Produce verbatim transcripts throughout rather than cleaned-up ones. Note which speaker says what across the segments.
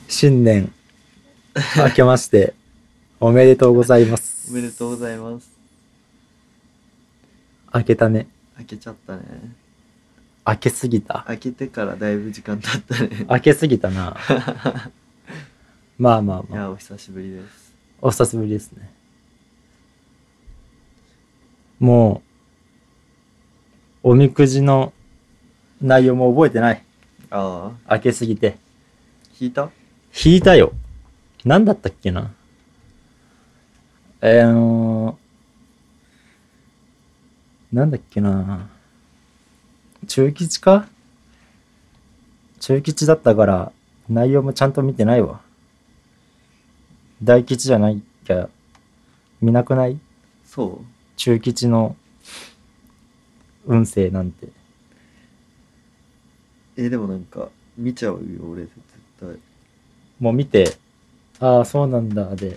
Speaker 1: 新年明けましておめでとうございます。
Speaker 2: おめでとうございます。
Speaker 1: 明けたね。
Speaker 2: 開けちゃったね。
Speaker 1: 明けすぎた。
Speaker 2: 開けてからだいぶ時間経ったね。
Speaker 1: 明けすぎたな。まあまあまあ。
Speaker 2: いや、お久しぶりです。
Speaker 1: お久しぶりですね。もう、おみくじの内容も覚えてない。
Speaker 2: ああ。
Speaker 1: 明けすぎて。
Speaker 2: 引いた？
Speaker 1: 引いたよ。なんだったっけな。えーのー、なんだっけな。中吉か？中吉だったから内容もちゃんと見てないわ。大吉じゃないきゃ見なくない？
Speaker 2: そう。
Speaker 1: 中吉の運勢なんて。
Speaker 2: え、でもなんか、見ちゃうよ、俺、絶対。
Speaker 1: もう見て、ああ、そうなんだで、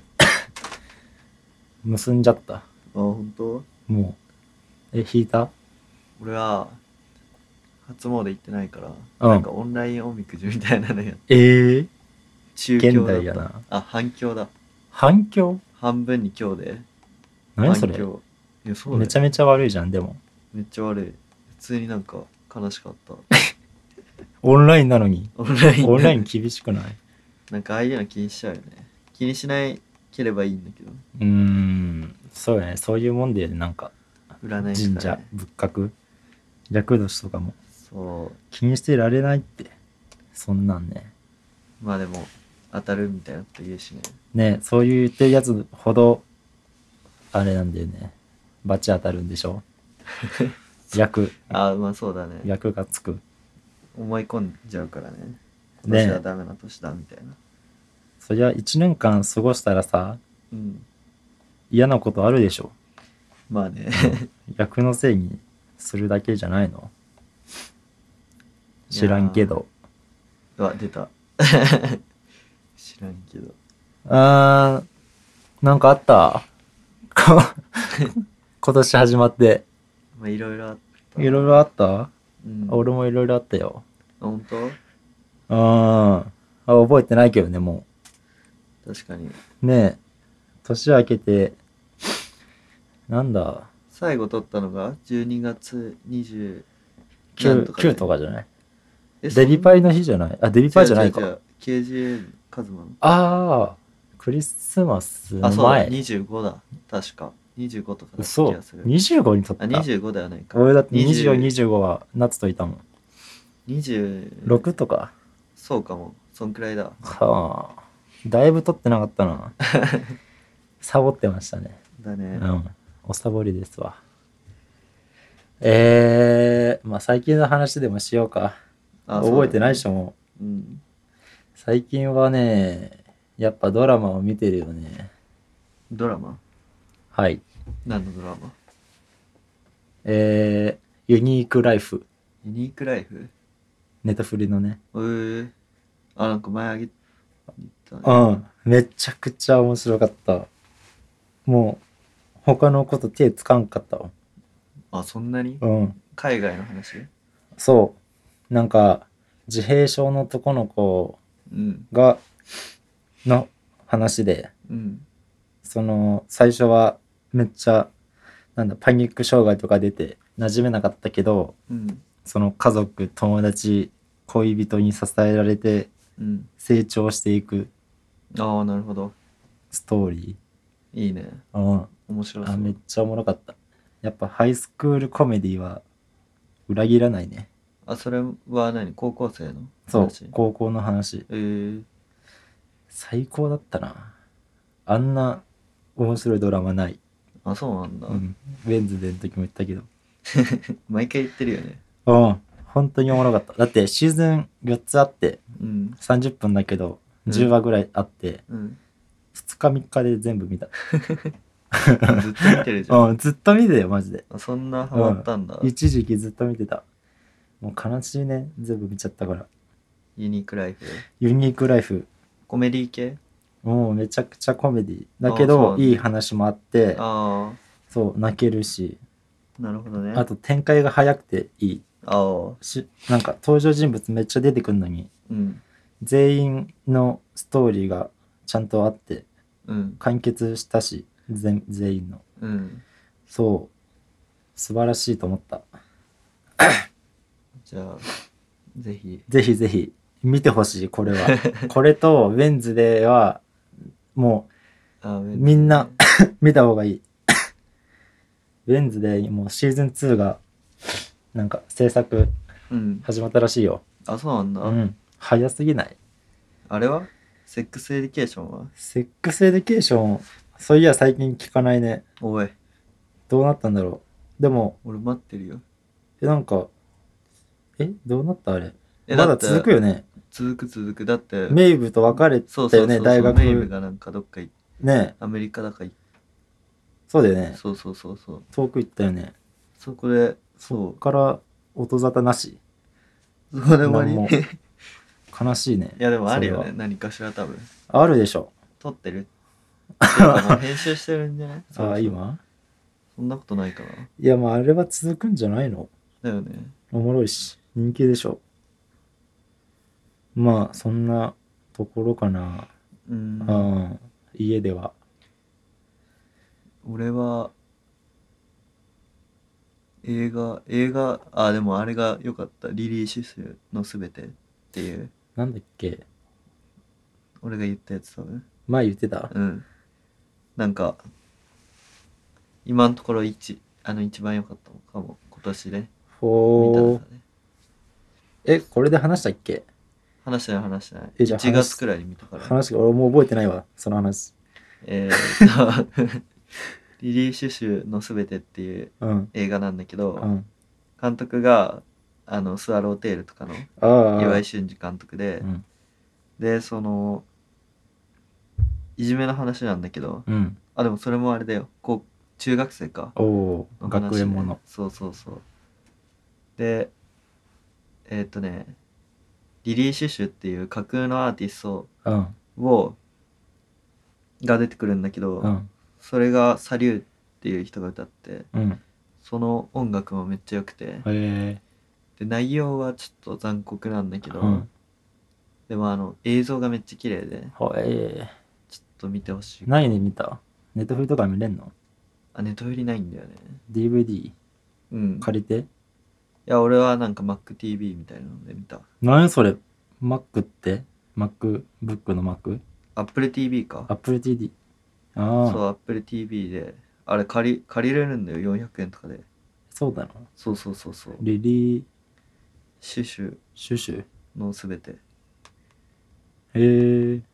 Speaker 1: 結んじゃった。
Speaker 2: あ、本当？
Speaker 1: もう。え、引いた？
Speaker 2: 俺は、初詣行ってないから、
Speaker 1: うん
Speaker 2: なんかオンラインおみくじみたいなのやって、
Speaker 1: ええー、
Speaker 2: 中京だった。
Speaker 1: 現代やな。
Speaker 2: あ、反響だ。
Speaker 1: 反響？
Speaker 2: 半分に今日で。
Speaker 1: 何それ？
Speaker 2: 反響。いや、そうだよ。
Speaker 1: めちゃめちゃ悪いじゃん、でも。
Speaker 2: めっちゃ悪い。普通になんか悲しかった。
Speaker 1: オンラインなのに。
Speaker 2: オンライン。
Speaker 1: オンライン厳しくない？
Speaker 2: なんかああいうの気にしちゃうよね。気にしないければいいんだけど。
Speaker 1: うーん、そうやね。そういうもんで、なんか、
Speaker 2: 占い
Speaker 1: 神社、仏閣、厄年とかも
Speaker 2: そ
Speaker 1: 気にしてられないって。そんなんね。
Speaker 2: う。まあでも、当たるみたいなこと言うしね。
Speaker 1: ね、そういう言ってるやつほど、あれなんだよね。バチ当たるんでしょ？役、
Speaker 2: ああ、まあそうだね。
Speaker 1: 役がつく。
Speaker 2: 思い込んじゃうからね。今
Speaker 1: ね
Speaker 2: 年はダメな年だみたいな。
Speaker 1: そりゃ一年間過ごしたらさ、
Speaker 2: うん。
Speaker 1: 嫌なことあるでしょ。
Speaker 2: まあね。
Speaker 1: 役のせいにするだけじゃないの？知らんけど。
Speaker 2: うわ、出た。知らんけど。
Speaker 1: あー、なんかあった今年始まって。
Speaker 2: まあいろいろあった。
Speaker 1: いろいろあった？
Speaker 2: うん。
Speaker 1: 俺もいろいろあったよ。
Speaker 2: あ、本当？
Speaker 1: うん。あ、覚えてないけどね、も
Speaker 2: 確かに。
Speaker 1: う。ねえ、年明けて、なんだ、
Speaker 2: 最後撮ったのがじゅうにがつにじゅう
Speaker 1: きゅう、きゅうとかじゃない？
Speaker 2: え
Speaker 1: デビパイの
Speaker 2: 日
Speaker 1: 日じゃない？あ、デビパイじゃないか。
Speaker 2: 違う違う違う ケージーエー カズマの。
Speaker 1: ああ、クリスマスの
Speaker 2: あ、そうだ、
Speaker 1: 前。
Speaker 2: にじゅうごだ。確か。にじゅうごとかだった気
Speaker 1: 嘘
Speaker 2: がする。
Speaker 1: にじゅうごに撮った。
Speaker 2: あ、にじゅうごではないか。
Speaker 1: 俺だってにじゅうよん、
Speaker 2: にじゅう
Speaker 1: にじゅうごは夏といたもん。
Speaker 2: にじゅう
Speaker 1: ろくとか。
Speaker 2: そうかも。そんくらいだ。
Speaker 1: はあ。だいぶ撮ってなかったな。サボってましたね。
Speaker 2: だね。
Speaker 1: うん。おサボりですわ。えー、まあ最近の話でもしようか。
Speaker 2: あ、
Speaker 1: 覚えてないでし
Speaker 2: ょ。
Speaker 1: ょ、もう。
Speaker 2: うん。
Speaker 1: 最近はね、やっぱドラマを見てるよね。
Speaker 2: ドラマ？
Speaker 1: はい。
Speaker 2: 何のドラマ？
Speaker 1: えー、ユニークライフ。
Speaker 2: ユニークライフ？
Speaker 1: ネタフリのね。
Speaker 2: えー、あ、なんか前あげたね。
Speaker 1: うん。めちゃくちゃ面白かった。もう、他のこと手つかんかったわ。
Speaker 2: あ、そんなに？
Speaker 1: うん。
Speaker 2: 海外の話？
Speaker 1: そう。なんか、自閉症の男の子
Speaker 2: うん。
Speaker 1: が、の話で、
Speaker 2: うん。
Speaker 1: その、最初はめっちゃ、なんだ、パニック障害とか出て馴染めなかったけど、
Speaker 2: うん。
Speaker 1: その家族、友達、恋人に支えられて
Speaker 2: うん。
Speaker 1: 成長していく
Speaker 2: ああ、なるほど。
Speaker 1: ストーリ
Speaker 2: いいね。
Speaker 1: ー。うん。
Speaker 2: 面白そ
Speaker 1: あ、めっ
Speaker 2: う。
Speaker 1: ちゃおもろかった。やっぱハイスクールコメディは裏切らないね。
Speaker 2: あ、それは何？高校生の
Speaker 1: そう
Speaker 2: 話？、
Speaker 1: 高校の話。
Speaker 2: えー、
Speaker 1: 最高だったな。あんな面白いドラマない。
Speaker 2: あ、そうなんだ。
Speaker 1: うん。ウェンズデーの時も言ったけど。
Speaker 2: 毎回言ってるよね。
Speaker 1: うん。本当におもろかった。だってシーズンよっつあって、
Speaker 2: うん。
Speaker 1: さんじゅっぷんだけど、
Speaker 2: うん
Speaker 1: じゅうわぐらいあって、
Speaker 2: うん。
Speaker 1: ふつかみっかで全部見た。
Speaker 2: あ、ずっと見てるじゃん。
Speaker 1: うん、ずっと見てたよ、マジで。
Speaker 2: あ、そんなハマったんだ。
Speaker 1: うん、一時期ずっと見てた。もう悲しいね、全部見ちゃったから。
Speaker 2: ユニークライフ。
Speaker 1: ユニークライフ。
Speaker 2: コメディ系？
Speaker 1: もうめちゃくちゃコメディ。だけど、
Speaker 2: あそうなんだ
Speaker 1: いい話もあって、
Speaker 2: あ
Speaker 1: そう、泣けるし、
Speaker 2: あ、なるほどね。
Speaker 1: あと展開が早くていい。
Speaker 2: ああ、
Speaker 1: しなんか登場人物めっちゃ出てくるのに、
Speaker 2: うん。
Speaker 1: 全員のストーリーがちゃんとあって
Speaker 2: うん
Speaker 1: 完結したし、全全員の。
Speaker 2: うん
Speaker 1: そう素晴らしいと思った。
Speaker 2: じゃあぜひ
Speaker 1: ぜひぜひ見てほしいこれは。これとウェンズデーはも
Speaker 2: あ
Speaker 1: うみんな見た方がいい。ウェンズデーもうシーズンツーがなんか制作
Speaker 2: うん
Speaker 1: 始まったらしいよ。
Speaker 2: あそうなんだ、
Speaker 1: うん早すぎない？
Speaker 2: あれはセックスエディケーションは
Speaker 1: セックスエデュケーションそういや最近聞かないね。
Speaker 2: おい
Speaker 1: どうなったんだろう。でも
Speaker 2: 俺待ってるよ。
Speaker 1: えなんかえどうなったあれ。
Speaker 2: え
Speaker 1: まだ続くよね。
Speaker 2: 続く続くだって
Speaker 1: メイブと別れ
Speaker 2: そう
Speaker 1: たよね。
Speaker 2: そうそうそう
Speaker 1: 大学
Speaker 2: メイブがなんかどっか行っ
Speaker 1: ね。
Speaker 2: アメリカだか行っ
Speaker 1: そうだよね。
Speaker 2: そうそうそうそう
Speaker 1: 遠く行ったよね。
Speaker 2: そこで
Speaker 1: そ
Speaker 2: そ
Speaker 1: っから音沙汰なし。
Speaker 2: うそこで終わり
Speaker 1: なんも
Speaker 2: い
Speaker 1: 悲しいね。
Speaker 2: やでもあるよ
Speaker 1: それは
Speaker 2: ね何かしら多分
Speaker 1: あるでしょ。
Speaker 2: 撮ってるっていうかもう編集してるんじゃない
Speaker 1: ああ今
Speaker 2: そんなことないかな。
Speaker 1: いやまああれは続くんじゃないの。
Speaker 2: だよね。
Speaker 1: おもろいし人気でしょ。まあそんなところかな。
Speaker 2: う
Speaker 1: うんん家では。
Speaker 2: 俺は映画映画あでもあれが良かったリリー・シュシュのすべてっていう
Speaker 1: なんだっけ
Speaker 2: 俺が言ったやつ多分
Speaker 1: 前言ってた。
Speaker 2: うんなんか今のところ一あの一番良かったのかも今年で見た
Speaker 1: ほー
Speaker 2: 中で
Speaker 1: えこれで話したっけ。
Speaker 2: 話してない話してない
Speaker 1: えじゃあ
Speaker 2: いちがつくらいに見たから
Speaker 1: 話が俺もう覚えてないわその話。
Speaker 2: えーっとリリー・シュシュのすべてっていう
Speaker 1: うん
Speaker 2: 映画なんだけど、
Speaker 1: うん
Speaker 2: 監督があのスワローテールとかの
Speaker 1: ああ
Speaker 2: 岩井俊二監督で、
Speaker 1: うん
Speaker 2: でそのいじめの話なんだけど、
Speaker 1: うん
Speaker 2: あでもそれもあれだよこう中学生か
Speaker 1: おお
Speaker 2: の話で
Speaker 1: 学園もの。
Speaker 2: そうそうそうでえーっとねリリー・シュシュっていう架空のアーティスト
Speaker 1: うん
Speaker 2: をが出てくるんだけど、
Speaker 1: うん
Speaker 2: それがサリューっていう人が歌って
Speaker 1: うん
Speaker 2: その音楽もめっちゃ良くて
Speaker 1: へえ
Speaker 2: で内容はちょっと残酷なんだけど、
Speaker 1: うん
Speaker 2: でもあの映像がめっちゃ綺麗で
Speaker 1: ほえ
Speaker 2: ちょっと見てほしい。
Speaker 1: 何で見た。ネットフリとか見れんの。
Speaker 2: あネトフリないんだよね。
Speaker 1: ディーブイディー
Speaker 2: うんい
Speaker 1: 借りて。
Speaker 2: や俺はなんか MacTV みたいなので見た。
Speaker 1: 何それ Mac って MacBook の Mac
Speaker 2: Apple ティーブイ か。
Speaker 1: Apple ティーブイ。ああ
Speaker 2: そう Apple ティーブイ であれ借り借りれるんだよよんひゃくえんとかで。
Speaker 1: そうだな。
Speaker 2: そうそうそうそう
Speaker 1: リリー
Speaker 2: シュシュ
Speaker 1: シュシュ
Speaker 2: のすべて。
Speaker 1: へえ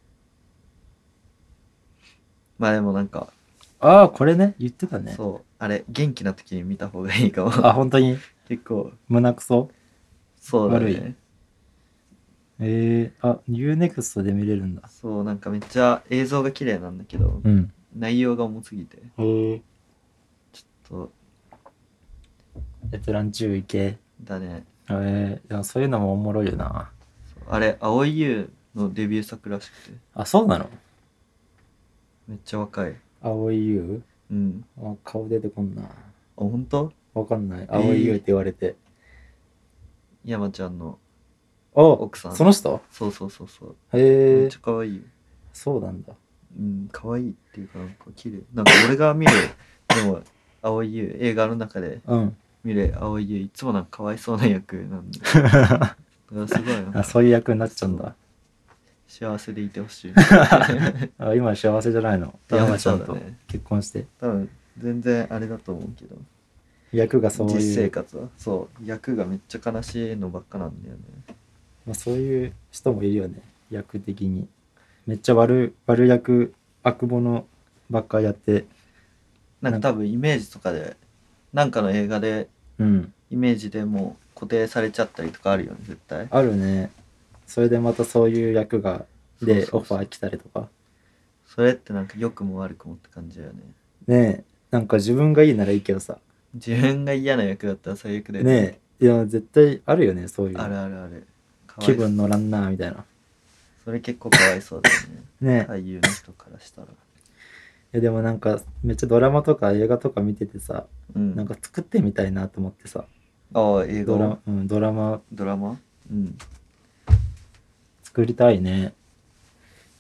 Speaker 2: まあでもなんか
Speaker 1: ああこれね言ってたね。
Speaker 2: そうあれ元気な時に見た方がいいかも。
Speaker 1: あ本当に
Speaker 2: 結構
Speaker 1: 胸くそ。
Speaker 2: そうだ
Speaker 1: 悪い
Speaker 2: ね。
Speaker 1: えー、あ ユーネクスト で見れるんだ。
Speaker 2: そうなんかめっちゃ映像が綺麗なんだけど、
Speaker 1: うん
Speaker 2: 内容が重すぎて
Speaker 1: へえ
Speaker 2: ちょっと
Speaker 1: 閲覧注意系。
Speaker 2: だね。
Speaker 1: えー、いやそういうのもおもろいよな。
Speaker 2: そうあれ蒼井優のデビュー作らしくて
Speaker 1: あそうなの。
Speaker 2: めっちゃ若い。
Speaker 1: 青い優
Speaker 2: うん
Speaker 1: あ顔出てこんな。
Speaker 2: あ本当
Speaker 1: わかんない青い優って言われて、
Speaker 2: 山ちゃんの
Speaker 1: あ
Speaker 2: 奥さん
Speaker 1: その人。
Speaker 2: そうそうそうそう
Speaker 1: へえ
Speaker 2: めっちゃ可愛いよ。
Speaker 1: そうなんだ。
Speaker 2: うん可愛いっていうかなんか綺麗なんか俺が見るでも蒼井優映画の中で
Speaker 1: うん
Speaker 2: 見る蒼井優いつもなんかかわいそうな役なんでだからすごいなんか
Speaker 1: あそういう役になっちゃうんだ。
Speaker 2: 幸せでいてほしい
Speaker 1: あ今幸せじゃないの。
Speaker 2: 多分
Speaker 1: 山ちゃんと
Speaker 2: そうだね
Speaker 1: 結婚して
Speaker 2: 多分全然あれだと思うけど
Speaker 1: 役がそういう
Speaker 2: 実生活はそう役がめっちゃ悲しいのばっかなんだよね。
Speaker 1: まあ、そういう人もいるよね役的に。めっちゃ悪悪役悪者ばっかやって
Speaker 2: なんか多分イメージとかでなんかの映画で
Speaker 1: うん
Speaker 2: イメージでもう固定されちゃったりとかあるよね絶対。
Speaker 1: あるね。それでまたそういう役がで
Speaker 2: そうそうそう
Speaker 1: オファー来たりとか
Speaker 2: それってなんか良くも悪くもって感じだよね。
Speaker 1: ねえなんか自分がいいならいいけどさ
Speaker 2: 自分が嫌な役だったら最悪だよ
Speaker 1: ねえいや絶対あるよねそういうの
Speaker 2: あるあるあるかわいそう
Speaker 1: 気分乗らんなみたいな
Speaker 2: それ結構かわいそうだよね
Speaker 1: ねえ
Speaker 2: 俳優の人からしたら。
Speaker 1: いやでもなんかめっちゃドラマとか映画とか見ててさ
Speaker 2: うん
Speaker 1: なんか作ってみたいなと思ってさ
Speaker 2: ああ映画
Speaker 1: ドラ,、
Speaker 2: を
Speaker 1: うん、ドラマ
Speaker 2: ドラマうん
Speaker 1: 作りたいね。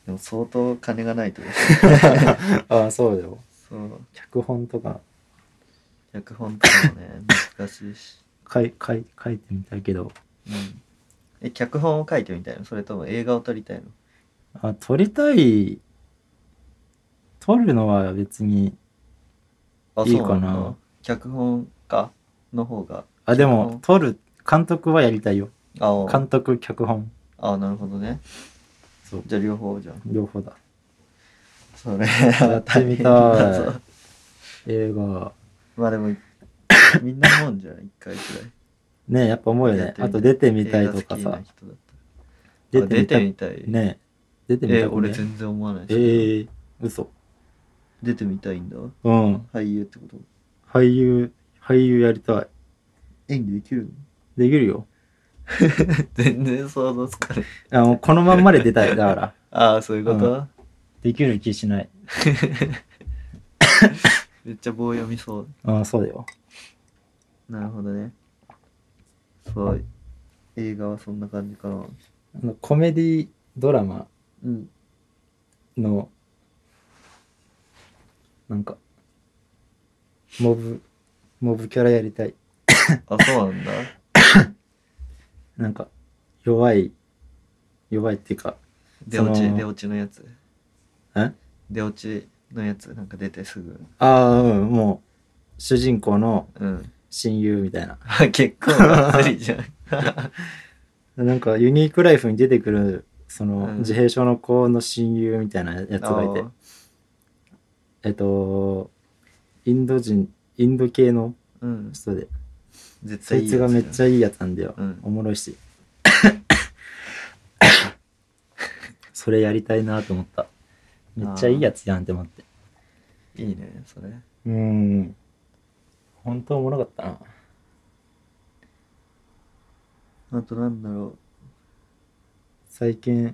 Speaker 2: でも相当金がないとでしょ。
Speaker 1: ああ、そうだよ。
Speaker 2: そう。
Speaker 1: 脚本とか
Speaker 2: 脚本とかもね、難しいし。
Speaker 1: 書い書い書いてみたいけど、
Speaker 2: うん。え、脚本を書いてみたいの？それとも映画を撮りたいの？
Speaker 1: あ、撮りたい、撮るのは別に
Speaker 2: あ、
Speaker 1: いい
Speaker 2: そうなんだ。
Speaker 1: かな。
Speaker 2: 脚本家の方が。
Speaker 1: あ、でも
Speaker 2: 脚本
Speaker 1: 撮る、監督はやりたいよ。
Speaker 2: あ
Speaker 1: 監督、脚本。
Speaker 2: あ、あなるほどね。
Speaker 1: そう、
Speaker 2: じゃあ両方じゃん。
Speaker 1: 両方だ。
Speaker 2: それ
Speaker 1: やってみたい
Speaker 2: 大変だぞ。
Speaker 1: 映画。
Speaker 2: まあでも、みんなもんじゃん、一回くらい。
Speaker 1: ねえ、やっぱ思うよね。あと出てみたいとかさ。
Speaker 2: 出てみたい。出てみたい。
Speaker 1: ねえ、出てみ
Speaker 2: え、
Speaker 1: たくね
Speaker 2: 俺全然思わないし。
Speaker 1: ええー、嘘。
Speaker 2: 出てみたいんだ。
Speaker 1: うん。
Speaker 2: 俳優ってこと？
Speaker 1: 俳優、俳優やりたい。
Speaker 2: 演技できるの？
Speaker 1: できるよ。
Speaker 2: 全然想像つかない。
Speaker 1: あ、もうこのまんまで出たい。だから。
Speaker 2: ああ、そういうこと、
Speaker 1: うん、できる気しない。
Speaker 2: めっちゃ棒読みそう。
Speaker 1: ああ、そうだよ。
Speaker 2: なるほどね。そう。映画はそんな感じかな。
Speaker 1: あのコメディドラマ
Speaker 2: うん。
Speaker 1: の、なんか、モブ、モブキャラやりたい。
Speaker 2: あ、そうなんだ。
Speaker 1: なんか、弱い、弱いっていうか、
Speaker 2: 出落ち、
Speaker 1: その
Speaker 2: 出落ちのやつ。
Speaker 1: え
Speaker 2: 出落ちのやつ、なんか出てすぐ。
Speaker 1: ああ、うん、もう、主人公の
Speaker 2: うん。
Speaker 1: 親友みたいな。
Speaker 2: あ、結構がっつりじゃん。
Speaker 1: なんか、ユニークライフに出てくる、その、
Speaker 2: うん
Speaker 1: 自閉症の子の親友みたいなやつがいて
Speaker 2: あ、
Speaker 1: えっと、インド人、インド系の
Speaker 2: うん。
Speaker 1: 人で、
Speaker 2: 絶
Speaker 1: そいつが
Speaker 2: 対いいやつじゃん。
Speaker 1: めっちゃいいやつなんだよ。
Speaker 2: うん
Speaker 1: おもろいし。それやりたいなと思った。めっちゃいいやつやんって思って。
Speaker 2: いいね、それ。
Speaker 1: うーん。本当おもろかったな。
Speaker 2: あとなんだろう。
Speaker 1: 最近、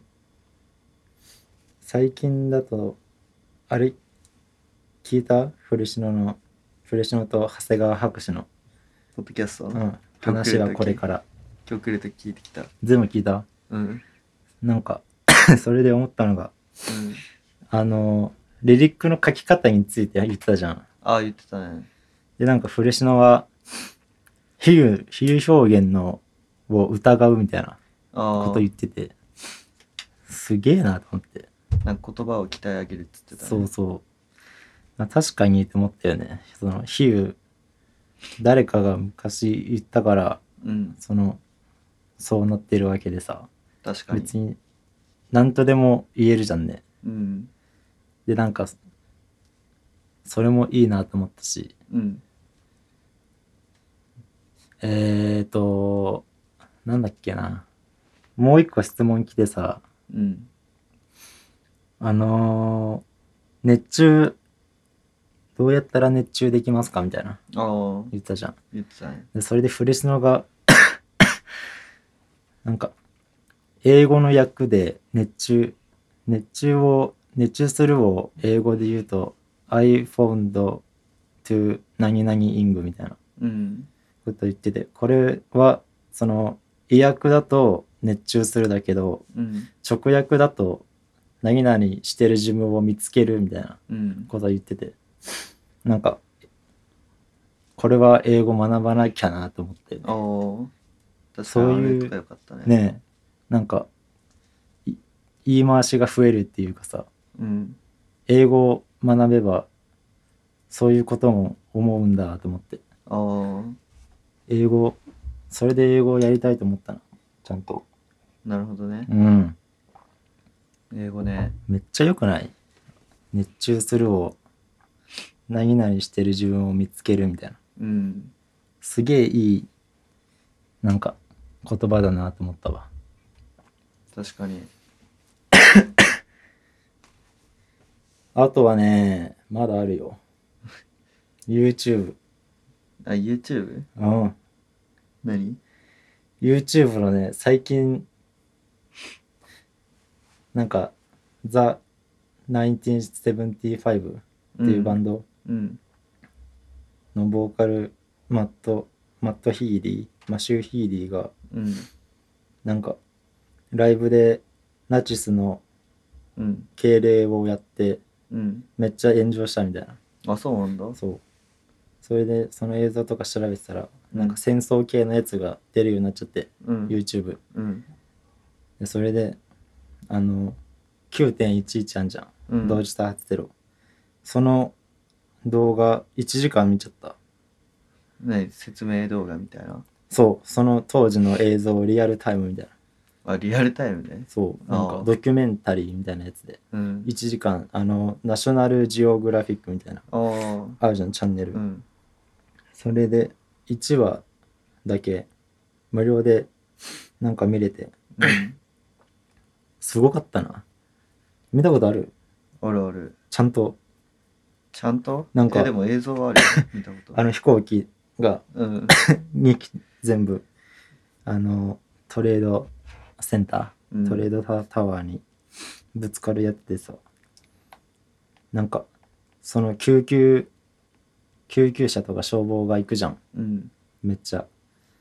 Speaker 1: 最近だと、あれ、聞いたフレシノの、フレシノと長谷川博士の、
Speaker 2: ポッドキャスト、
Speaker 1: うん、
Speaker 2: 今日来
Speaker 1: 話は
Speaker 2: る時
Speaker 1: これから。
Speaker 2: 今日来るとき聞いてきた。
Speaker 1: 全部聞いた
Speaker 2: うん。
Speaker 1: なんか、それで思ったのが、
Speaker 2: うん。
Speaker 1: あの、リリックの書き方について言ってたじゃん。
Speaker 2: ああ、言ってたね。
Speaker 1: で、なんかフレシノは、比喩、比喩表現のを疑うみたいなこと
Speaker 2: ああ
Speaker 1: 言ってて、すげえなと思って。
Speaker 2: なんか言葉を鍛え上げるっつってたね。
Speaker 1: そうそう。まあ確かにって思ったよね。その比喩、誰かが昔言ったから、
Speaker 2: うん。
Speaker 1: その、そうなってるわけでさ、
Speaker 2: 確かに。
Speaker 1: 別に何とでも言えるじゃんね。
Speaker 2: うん。
Speaker 1: で、なんか、それもいいなと思ったし、
Speaker 2: うん。
Speaker 1: えーと、なんだっけな。もう一個質問来てさ、
Speaker 2: うん。
Speaker 1: あのー、熱中、どうやったら熱中できますかみたいな
Speaker 2: ああ、
Speaker 1: 言ったじゃん。
Speaker 2: 言ってたね。
Speaker 1: でそれでフレシノが、なんか、英語の訳で熱中、熱中を、熱中するを英語で言うと、I found to 何々 ing みたいな
Speaker 2: うん。
Speaker 1: こと言ってて、これは、その、意訳だと熱中するだけど、
Speaker 2: うん。
Speaker 1: 直訳だと何々してる自分を見つけるみたいな
Speaker 2: うん。
Speaker 1: こと言ってて、なんか、これは英語学ばなきゃなと思って、
Speaker 2: ああ、確か
Speaker 1: そういう
Speaker 2: にあれとかよかったね。
Speaker 1: ねえ、なんか、い言い回しが増えるっていうかさ、
Speaker 2: うん。
Speaker 1: 英語を学べば、そういうことも思うんだと思って、
Speaker 2: ああ、
Speaker 1: 英語、それで英語をやりたいと思ったな、ちゃんと。
Speaker 2: なるほどね。
Speaker 1: うん。
Speaker 2: 英語ね。
Speaker 1: めっちゃ良くない？熱中するを、何々してる自分を見つけるみたいな。
Speaker 2: うん。
Speaker 1: すげえいい、なんか、言葉だなと思ったわ。
Speaker 2: 確かに。
Speaker 1: あとはね、まだあるよ。YouTube。
Speaker 2: あ、YouTube？
Speaker 1: うん。
Speaker 2: 何？
Speaker 1: YouTube のね、最近、なんか、ザ・ナインティーンセブンティーファイブっていうバンド
Speaker 2: うん。
Speaker 1: のボーカル、マット、マット・ヒーリー、マシュー・ヒーリーが、
Speaker 2: うん。
Speaker 1: なんか、ライブでナチスの
Speaker 2: うん
Speaker 1: 敬礼をやって
Speaker 2: うん
Speaker 1: めっちゃ炎上したみたいな。
Speaker 2: あそうなんだ
Speaker 1: そうそれでその映像とか調べてたら、
Speaker 2: うん
Speaker 1: なんか戦争系のやつが出るようになっちゃって、
Speaker 2: うん
Speaker 1: YouTube
Speaker 2: うん
Speaker 1: で、それであの きゅうてんいちいち あんじゃん、
Speaker 2: うん
Speaker 1: 同時多発テロ、その動画いちじかん見ちゃった。
Speaker 2: ね説明動画みたいな
Speaker 1: そうその当時の映像をリアルタイムみたいな。
Speaker 2: あリアルタイムね
Speaker 1: そうなんか
Speaker 2: あー
Speaker 1: ドキュメンタリーみたいなやつで
Speaker 2: うん
Speaker 1: いちじかん、あのナショナルジオグラフィックみたいな
Speaker 2: あー
Speaker 1: あるじゃんチャンネル、
Speaker 2: うん
Speaker 1: それでいちわだけ無料でなんか見れて
Speaker 2: うん
Speaker 1: すごかったな。見たことある？
Speaker 2: あるある
Speaker 1: ちゃんと
Speaker 2: ちゃんと
Speaker 1: なんか
Speaker 2: えでも映像はあるよ見たこと
Speaker 1: あの飛行機が
Speaker 2: うん
Speaker 1: にき全部あのトレードセンター、
Speaker 2: うん
Speaker 1: トレードタタワーにぶつかるやつでさ、なんかその救急救急車とか消防が行くじゃん、
Speaker 2: うん
Speaker 1: めっちゃ。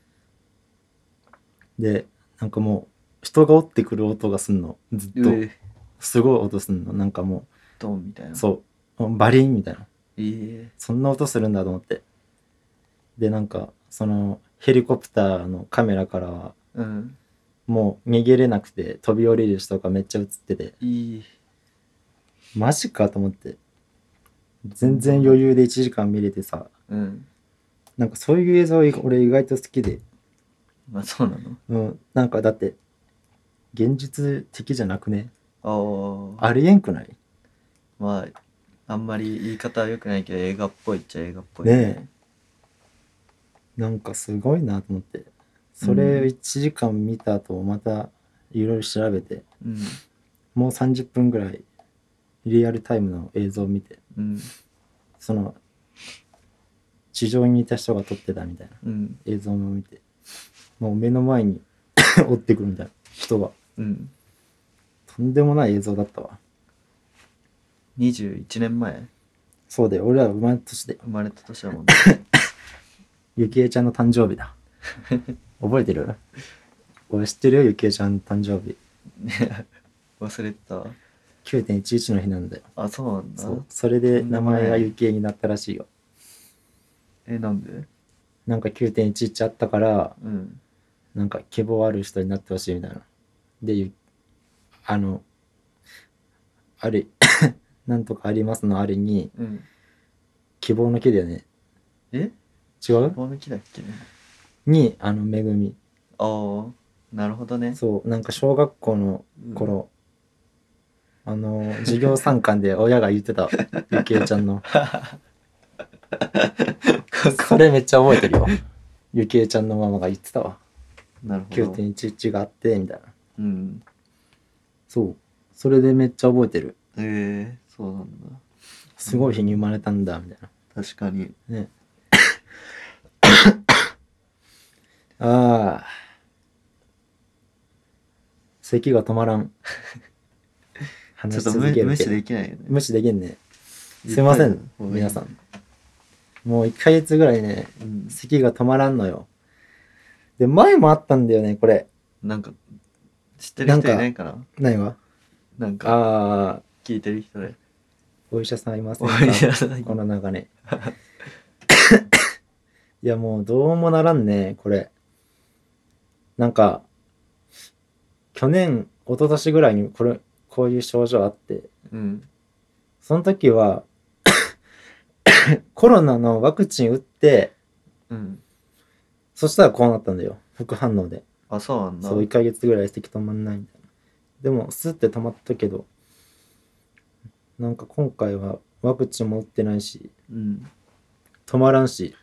Speaker 1: でなんかもう人が追ってくる音がすんの、ずっと
Speaker 2: え
Speaker 1: すごい音すんの、なんかも
Speaker 2: ドンみたいうな
Speaker 1: そうバリンみたいな、
Speaker 2: ええ
Speaker 1: そんな音するんだと思って。でなんかそのヘリコプターのカメラからは
Speaker 2: うん
Speaker 1: もう逃げれなくて飛び降りる人がめっちゃ映ってて、
Speaker 2: いい
Speaker 1: マジかと思って。全然余裕でいちじかん見れてさ、
Speaker 2: うん
Speaker 1: なんかそういう映像俺意外と好きで、
Speaker 2: まあそうなの
Speaker 1: うん、なんかだって現実的じゃなくね？
Speaker 2: ああ
Speaker 1: ありえんくない？
Speaker 2: まああんまり言い方は良くないけど映画っぽいっちゃ映画っぽい
Speaker 1: ねえ、なんかすごいなと思って。それをいちじかん見た後またいろいろ調べて、
Speaker 2: うん
Speaker 1: もうさんじゅっぷんぐらいリアルタイムの映像を見て、
Speaker 2: うん
Speaker 1: その地上にいた人が撮ってたみたいな
Speaker 2: うん
Speaker 1: 映像も見て、もう目の前に追ってくるみたいな人が、
Speaker 2: うん
Speaker 1: とんでもない映像だったわ。
Speaker 2: にじゅういちねんまえ
Speaker 1: そうだよ、俺ら生まれた年で
Speaker 2: 生まれた年だもんね
Speaker 1: ゆきえちゃんの誕生日だ。覚えてる？俺知ってるよ、ゆきえちゃんの誕生日
Speaker 2: 忘れてた
Speaker 1: きゅうてんいちいち の日なんだよ。
Speaker 2: あそうなんだ
Speaker 1: そうそれで名前がゆきえになったらしいよ。
Speaker 2: えなんで
Speaker 1: なんか きゅうてんいちいち あったから
Speaker 2: うん
Speaker 1: なんか希望ある人になってほしいみたいな。でゆあのあれなんとかありますのあれに
Speaker 2: うん
Speaker 1: 希望の木だよね。
Speaker 2: え
Speaker 1: 違う？
Speaker 2: 棒抜きだっけね
Speaker 1: にあのめぐみ。
Speaker 2: ああなるほどね
Speaker 1: そうなんか小学校の頃、うん、あの授業参観で親が言ってたゆきえちゃんのそれめっちゃ覚えてるよ。ゆきえちゃんのママが言ってたわ。
Speaker 2: なるほど
Speaker 1: きゅうてんいちいち があってみたいな。
Speaker 2: うん
Speaker 1: そうそれでめっちゃ覚えてる。
Speaker 2: ええそうなんだ
Speaker 1: すごい日に生まれたんだみたい
Speaker 2: 確かに
Speaker 1: なね。ああ咳が止まらん。
Speaker 2: ちょ
Speaker 1: 話し
Speaker 2: っと無
Speaker 1: 続ける
Speaker 2: 無視
Speaker 1: けど
Speaker 2: できないよね
Speaker 1: 無視できんね。すいません皆さん、もういっかげつぐらいね
Speaker 2: うん
Speaker 1: 咳が止まらんのよ。で前もあったんだよねこれ。
Speaker 2: なんか知ってる人いないかな
Speaker 1: 何が？
Speaker 2: なんか
Speaker 1: ああ
Speaker 2: 聞いてる人で
Speaker 1: お医者さんいません
Speaker 2: お
Speaker 1: か？
Speaker 2: 医者さん
Speaker 1: この中ねいやもうどうもならんねこれ。なんか去年一昨年ぐらいにこれこういう症状あって、
Speaker 2: うん
Speaker 1: その時はコロナのワクチン打って
Speaker 2: うん
Speaker 1: そしたらこうなったんだよ、副反応で。
Speaker 2: あそうなんだ
Speaker 1: そういっかげつぐらい咳止まんないみたいな。でもスッて止まったけど、なんか今回はワクチンも打ってないし
Speaker 2: うん
Speaker 1: 止まらんし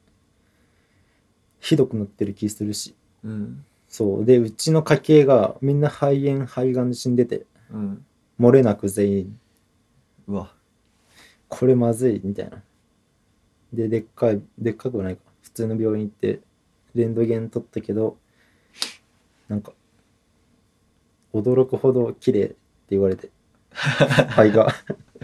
Speaker 1: ひどくなってる気するし。
Speaker 2: うん
Speaker 1: そうでうちの家系がみんな肺炎肺がんで死んでて、
Speaker 2: うん
Speaker 1: 漏れなく全員
Speaker 2: うわ
Speaker 1: これまずいみたいな。ででっかいでっかくないか普通の病院行ってレントゲン撮ったけどなんか驚くほど綺麗って言われて肺が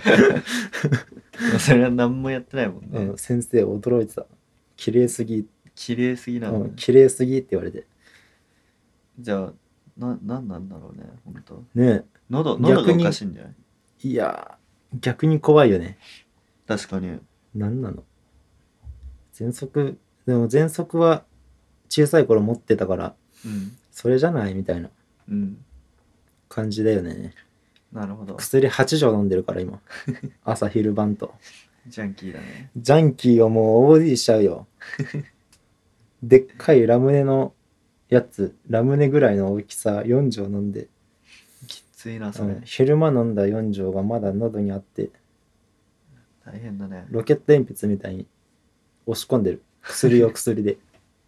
Speaker 2: それは何もやってないもんね、
Speaker 1: うん、先生驚いてた。綺麗すぎ、
Speaker 2: 綺麗すぎなの、
Speaker 1: うん、綺麗すぎって言われて。
Speaker 2: じゃあな何なんだろうね本当
Speaker 1: ねえ
Speaker 2: 喉喉がお
Speaker 1: 逆に
Speaker 2: かしいんじゃない？
Speaker 1: いや逆に怖いよね。
Speaker 2: 確かに。
Speaker 1: なんなの喘息。でも喘息は小さい頃持ってたから
Speaker 2: うん
Speaker 1: それじゃないみたいな
Speaker 2: うん。
Speaker 1: 感じだよね。
Speaker 2: なるほど。
Speaker 1: 薬はち錠飲んでるから今朝昼晩と。
Speaker 2: ジャンキーだね。
Speaker 1: ジャンキーをもう オーディー しちゃうよ。でっかいラムネのやつ、ラムネぐらいの大きさよん錠飲んで、
Speaker 2: きついなそれ、
Speaker 1: うん、昼間飲んだよん錠がまだ喉にあって、
Speaker 2: 大変だね。
Speaker 1: ロケット鉛筆みたいに押し込んでる。薬を薬で。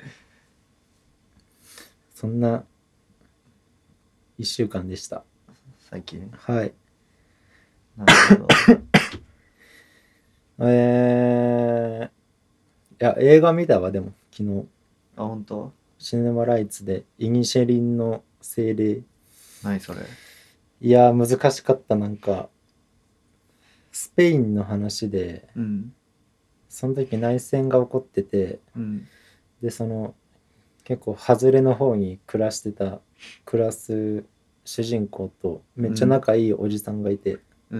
Speaker 1: そんないっしゅうかんでした。
Speaker 2: 最近。
Speaker 1: はい。
Speaker 2: なるほど。
Speaker 1: えー、いや、映画見たわ、でも、昨日。
Speaker 2: あ、本当？
Speaker 1: シネマライツで、イニシェリンの精霊。
Speaker 2: 何それ？
Speaker 1: いやー、難しかった。なんか、スペインの話で、
Speaker 2: うん。
Speaker 1: その時内戦が起こってて、
Speaker 2: うん。
Speaker 1: で、その、結構、外れの方に暮らしてた、暮らす主人公と、めっちゃ仲いいおじさんがいて、
Speaker 2: うん。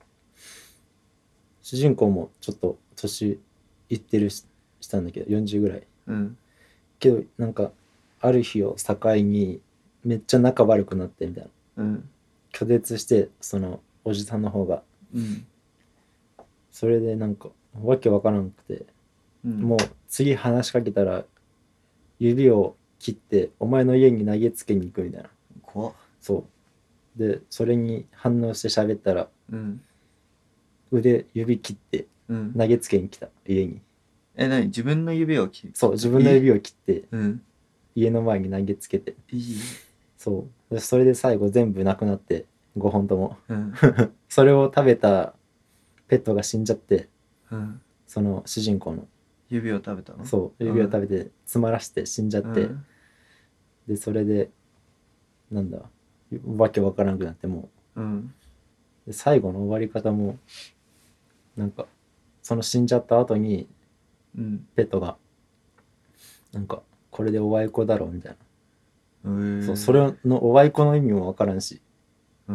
Speaker 1: 主人公もちょっと年いってるししたんだけど、よんじゅうぐらい。
Speaker 2: うん。
Speaker 1: けど、なんか、ある日を境に、めっちゃ仲悪くなってみたいな。
Speaker 2: うん。
Speaker 1: 拒絶して、その、おじさんの方が。
Speaker 2: うん。
Speaker 1: それでなんか、わけわからんくて、
Speaker 2: うん。
Speaker 1: もう次話しかけたら、指を切って、お前の家に投げつけに行くみたいな。
Speaker 2: 怖っ。
Speaker 1: そう。で、それに反応して喋ったら、
Speaker 2: うん。
Speaker 1: 腕、指切って
Speaker 2: うん。
Speaker 1: 投げつけに来た、家に。
Speaker 2: え、何？自分の指を切る？
Speaker 1: そう、自分の指を切って、
Speaker 2: うん。
Speaker 1: 家の前に投げつけて。
Speaker 2: いい。
Speaker 1: そう。でそれで最後全部なくなって、ごほんとも。
Speaker 2: うん。
Speaker 1: それを食べたペットが死んじゃって、
Speaker 2: うん。
Speaker 1: その主人公の。
Speaker 2: 指を食べたの？
Speaker 1: そう、指を食べて詰まらして死んじゃって、
Speaker 2: うん。
Speaker 1: で、それで、なんだ、わけわからなくなっても
Speaker 2: うん。
Speaker 1: う、で最後の終わり方も、なんか、その死んじゃった後に、
Speaker 2: うん。
Speaker 1: ペットが、なんか、これでおあいこだろうみたいな。
Speaker 2: えー、
Speaker 1: そう、それのおあいこの意味もわからんし、
Speaker 2: うん。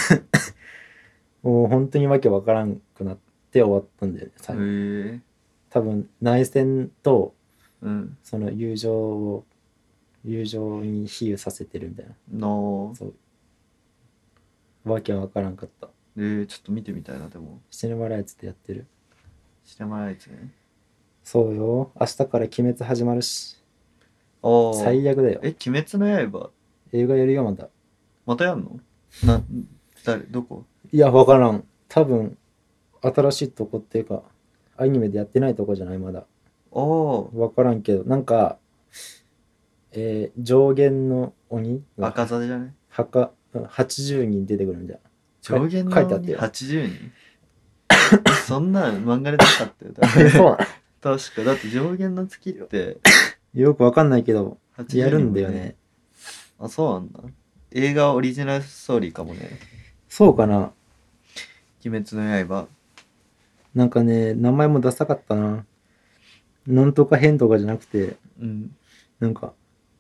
Speaker 1: もう本当にわけわからんくなって終わったんだよね、
Speaker 2: え
Speaker 1: 最後。
Speaker 2: ー、
Speaker 1: 多分、内戦と、
Speaker 2: うん。
Speaker 1: その友情を、友情に比喩させてるみたいな。
Speaker 2: の
Speaker 1: そう。わけわからんかった。
Speaker 2: えー、ちょっと見てみたいな、でも。
Speaker 1: シネマライツってやってる。
Speaker 2: シネマライツね。
Speaker 1: そうよ。明日から鬼滅始まるし。
Speaker 2: ああ。
Speaker 1: 最悪だよ。
Speaker 2: え、鬼滅の刃
Speaker 1: 映画やるよ、また。
Speaker 2: またやんの？な、誰、どこ？
Speaker 1: いや、わからん。多分、新しいとこっていうか、アニメでやってないとこじゃない、まだ。
Speaker 2: ああ。
Speaker 1: わからんけど、なんか、えー上限の鬼が
Speaker 2: 赤座じゃね？
Speaker 1: はかはちじゅうにん出てくるみたいな。
Speaker 2: 上限の鬼
Speaker 1: 書いてあったよ。
Speaker 2: はちじゅうにん？そんな漫画でなかったよ。だって
Speaker 1: そうな
Speaker 2: 確か、だって上限の月って
Speaker 1: よくわかんないけど、
Speaker 2: はちじゅう
Speaker 1: やる
Speaker 2: にんもいね。
Speaker 1: んだよね。
Speaker 2: あ、そうなんだ。映画オリジナルストーリーかもね。
Speaker 1: そうかな。
Speaker 2: 鬼滅の刃。
Speaker 1: なんかね、名前もダサかったな。なんとか変とかじゃなくて、
Speaker 2: うん。
Speaker 1: なんか、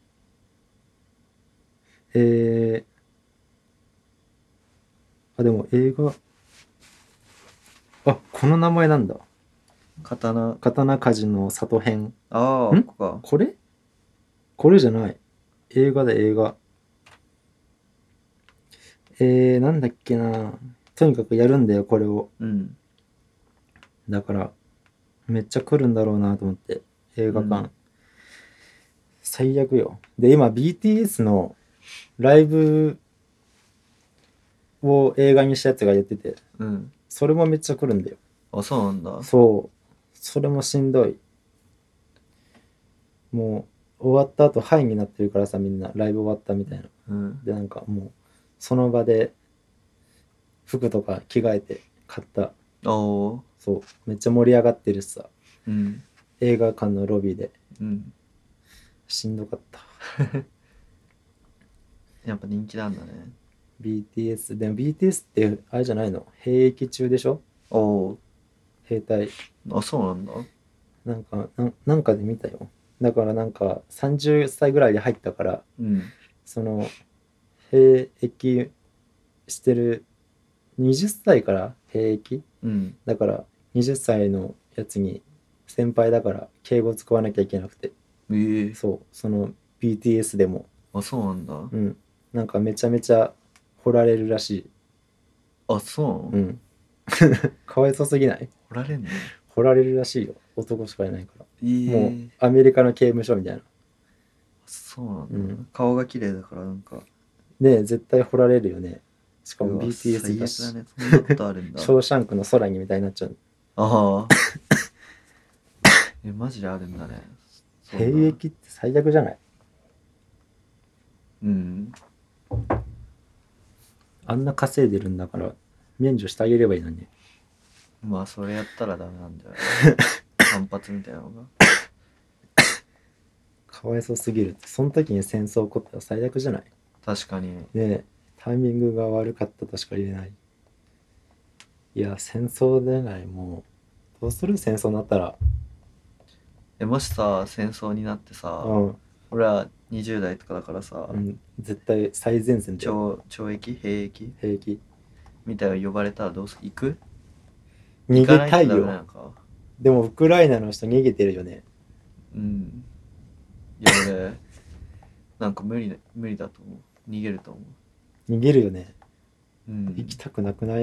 Speaker 1: えー、あ、でも映画、あ、この名前なんだ。
Speaker 2: 刀。
Speaker 1: 刀鍛冶の里編。
Speaker 2: ああ、
Speaker 1: ん
Speaker 2: ここか。
Speaker 1: これこれじゃない。映画だ、映画。えー、なんだっけな。とにかくやるんだよ、これを。
Speaker 2: うん。
Speaker 1: だから、めっちゃ来るんだろうなと思って。映画館。
Speaker 2: うん
Speaker 1: 最悪よ。で、今 ビーティーエス のライブを映画にしたやつがやってて、
Speaker 2: うん。
Speaker 1: それもめっちゃ来るんだよ。
Speaker 2: あ、そうなんだ。
Speaker 1: そう。それもしんどい。もう、終わった後、ハイになってるからさ、みんな、ライブ終わったみたいな。
Speaker 2: うん。
Speaker 1: で、なんかもう、その場で、服とか着替えて買った。
Speaker 2: おー。
Speaker 1: そう。めっちゃ盛り上がってるしさ。
Speaker 2: うん。
Speaker 1: 映画館のロビーで。
Speaker 2: うん。
Speaker 1: しんどかった。
Speaker 2: やっぱ人気なんだね。
Speaker 1: ビーティーエス。でも ビーティーエス ってあれじゃないの？兵役中でしょ？
Speaker 2: おー。
Speaker 1: 兵隊。
Speaker 2: あ、そうなんだ。
Speaker 1: なんかな、なんかで見たよ。だからなんかさんじゅっさいぐらいで入ったから、
Speaker 2: うん。
Speaker 1: その兵役してるはたちから兵役
Speaker 2: うん
Speaker 1: だから、はたちのやつに先輩だから敬語使わなきゃいけなくて、
Speaker 2: ええ
Speaker 1: そうその ビーティーエス でも、
Speaker 2: あそうなんだ、
Speaker 1: うんなんかめちゃめちゃ掘られるらしい。
Speaker 2: あそう、
Speaker 1: うんかわいそうすぎない？
Speaker 2: 掘られんの、
Speaker 1: 掘られるらしいよ、男しかいないから。
Speaker 2: ええ
Speaker 1: もうアメリカの刑務所みたいな。
Speaker 2: そうなんだ、
Speaker 1: うん
Speaker 2: 顔が綺麗だからなんか、
Speaker 1: ねえ絶対掘られるよね。しかも
Speaker 2: うわ
Speaker 1: ビーティーエス だし、
Speaker 2: 最悪だね、そんなことあるんだ
Speaker 1: ショーシャンクの空にみたいになっちゃう。
Speaker 2: ああえマジであるんだね、そんな
Speaker 1: 兵役って最悪じゃない？
Speaker 2: うん
Speaker 1: あんな稼いでるんだから免除してあげればいいのに。
Speaker 2: まあそれやったらダメなんじゃない反発みたいなのが、
Speaker 1: かわいそうすぎるって。その時に戦争起こったら最悪じゃない？
Speaker 2: 確かに。
Speaker 1: ねえタイミングが悪かったとしか言えない。いや戦争でない、もうどうする？戦争になったら。
Speaker 2: えもしさ戦争になってさ、
Speaker 1: うん
Speaker 2: 俺はにじゅう代とかだからさ、
Speaker 1: うん絶対最前線だよ。
Speaker 2: 懲懲役兵役
Speaker 1: 兵役
Speaker 2: みたいな呼ばれたらどうする？行く？
Speaker 1: 逃
Speaker 2: 行かないと
Speaker 1: げたいよ。
Speaker 2: ダメなのか。
Speaker 1: でもウクライナの人逃げてるよね。
Speaker 2: うんいや俺なんか無理だ無理だと思う、逃げると思う。
Speaker 1: 逃げるよね。
Speaker 2: うん
Speaker 1: 行きたくなくない？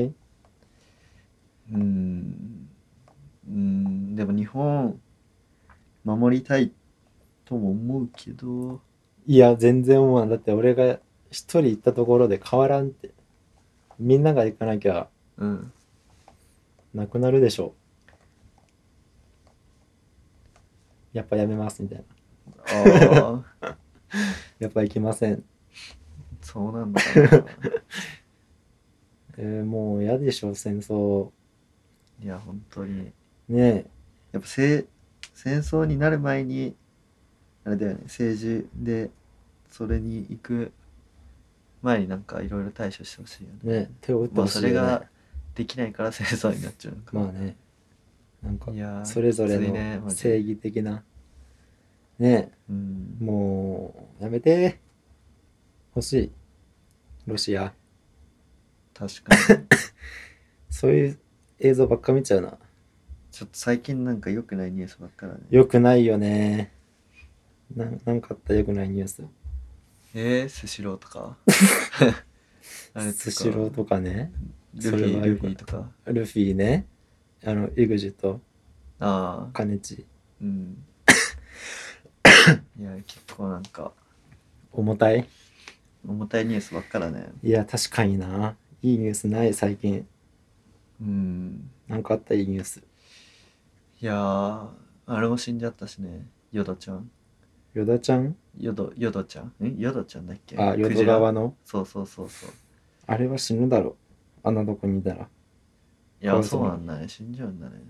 Speaker 2: うんうんでも日本守りたいとも思うけど、
Speaker 1: いや全然思わん。だって俺が一人行ったところで変わらんって。みんなが行かなきゃ
Speaker 2: うん
Speaker 1: なくなるでしょ。やっぱやめますみたいな。
Speaker 2: ああ
Speaker 1: やっぱ行きません。
Speaker 2: そうなんだかな
Speaker 1: えー、もう嫌でしょ戦争。
Speaker 2: いや本当に
Speaker 1: ね
Speaker 2: やっぱせ戦争になる前にあれだよね、政治でそれに行く前になんかいろいろ対処してほしいよ
Speaker 1: え
Speaker 2: ね。
Speaker 1: ね手を打って
Speaker 2: まあ
Speaker 1: ほしいよね。
Speaker 2: それができないから戦争になっちゃうのか。
Speaker 1: まあねなんか
Speaker 2: いやー
Speaker 1: それぞれ
Speaker 2: きついね
Speaker 1: の
Speaker 2: マジ
Speaker 1: 正義的なね
Speaker 2: うん
Speaker 1: えもうやめてほしいロシア。
Speaker 2: 確かに
Speaker 1: そういう映像ばっか見ちゃうな。
Speaker 2: ちょっと最近なんか良くないニュースばっかだね。
Speaker 1: よくないよね。ななんかあったよくないニュース。
Speaker 2: えー、スシローとかあれとか
Speaker 1: スシローとかね。
Speaker 2: ルフィル
Speaker 1: それはよくない
Speaker 2: フィとか
Speaker 1: ルフィね。あの イグジット
Speaker 2: ああ
Speaker 1: カネチ
Speaker 2: うんいや結構なんか
Speaker 1: 重たい。
Speaker 2: 重たいニュースばっかだね。
Speaker 1: いや確かにないいニュースない最近。
Speaker 2: うん
Speaker 1: なんかあったいいニュース。
Speaker 2: いやーあれも死んじゃったしね、ヨドちゃん。
Speaker 1: ヨダちゃん？
Speaker 2: ヨドヨドちゃんんヨドちゃんだっけ？
Speaker 1: あヨド
Speaker 2: クジラ
Speaker 1: 川の
Speaker 2: そうそうそうそう。
Speaker 1: あれは死ぬだろ。あんなとこにいたら。
Speaker 2: いや
Speaker 1: かわいそうに
Speaker 2: そうなんだね、死んじゃうんだね。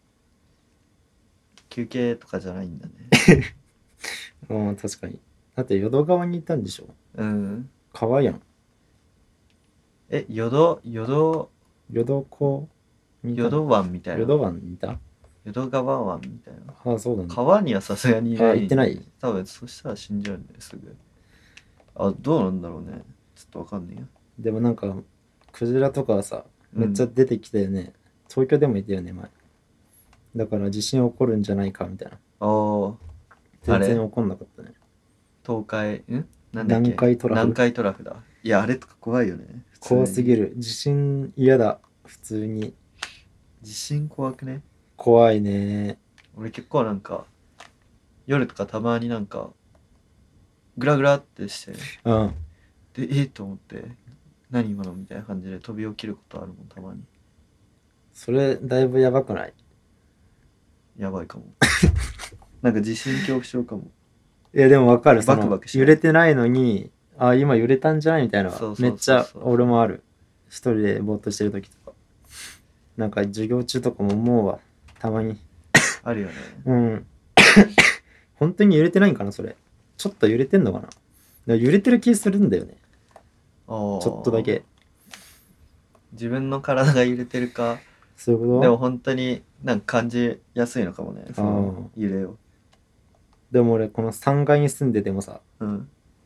Speaker 2: 休憩とかじゃないんだね。
Speaker 1: うん確かに。だって淀川にいたんでしょ。
Speaker 2: うん
Speaker 1: 川やん。
Speaker 2: えヨドヨド
Speaker 1: 淀湖にいた。
Speaker 2: ヨド湾みたいな、
Speaker 1: 淀湾にいた。
Speaker 2: ヨド川湾みたいな。
Speaker 1: あそうなんだ。
Speaker 2: 川にはさすがにいない。
Speaker 1: あ行ってない。
Speaker 2: 多分そしたら死んじゃうんだよすぐ。あどうなんだろうね、ちょっとわかんないや。
Speaker 1: でもなんかクジラとかはさ
Speaker 2: うん
Speaker 1: めっちゃ出てきたよね。東京でもいたよね前。だから地震起こるんじゃないかみたいな。
Speaker 2: あー
Speaker 1: 全
Speaker 2: あれ
Speaker 1: 然起こんなかったね。
Speaker 2: 東海んなんだっけ、
Speaker 1: 南海トラフ
Speaker 2: 南海トラフだ。いやあれとか怖いよね。普通に
Speaker 1: 怖すぎる。地震嫌だ。普通に
Speaker 2: 地震怖くね。
Speaker 1: 怖いね。
Speaker 2: 俺結構なんか夜とかたまになんかグラグラってして
Speaker 1: うん
Speaker 2: でえっと思って何今のみたいな感じで飛び起きることあるもんたまに。
Speaker 1: それだいぶやばくない？
Speaker 2: やばいかもなんか地震恐怖症かも。
Speaker 1: いやでもわかる。その
Speaker 2: バクバクしない
Speaker 1: 揺れてないのにあ今揺れたんじゃないみたいなの
Speaker 2: そうそう
Speaker 1: は
Speaker 2: そうそう
Speaker 1: めっちゃ俺もある。一人でぼーっとしてる時とかなんか授業中とかも思うわたまに。
Speaker 2: あるよね。
Speaker 1: うん本当に揺れてないんかなそれ。ちょっと揺れてんのかな。だから揺れてる気するんだよね。
Speaker 2: あー
Speaker 1: ちょっとだけ。
Speaker 2: 自分の体が揺れてるか、
Speaker 1: そういうこと？
Speaker 2: でも本当になんか感じやすいのかもね、その揺れを。
Speaker 1: でも俺このさんがいに住んでてもさ
Speaker 2: うん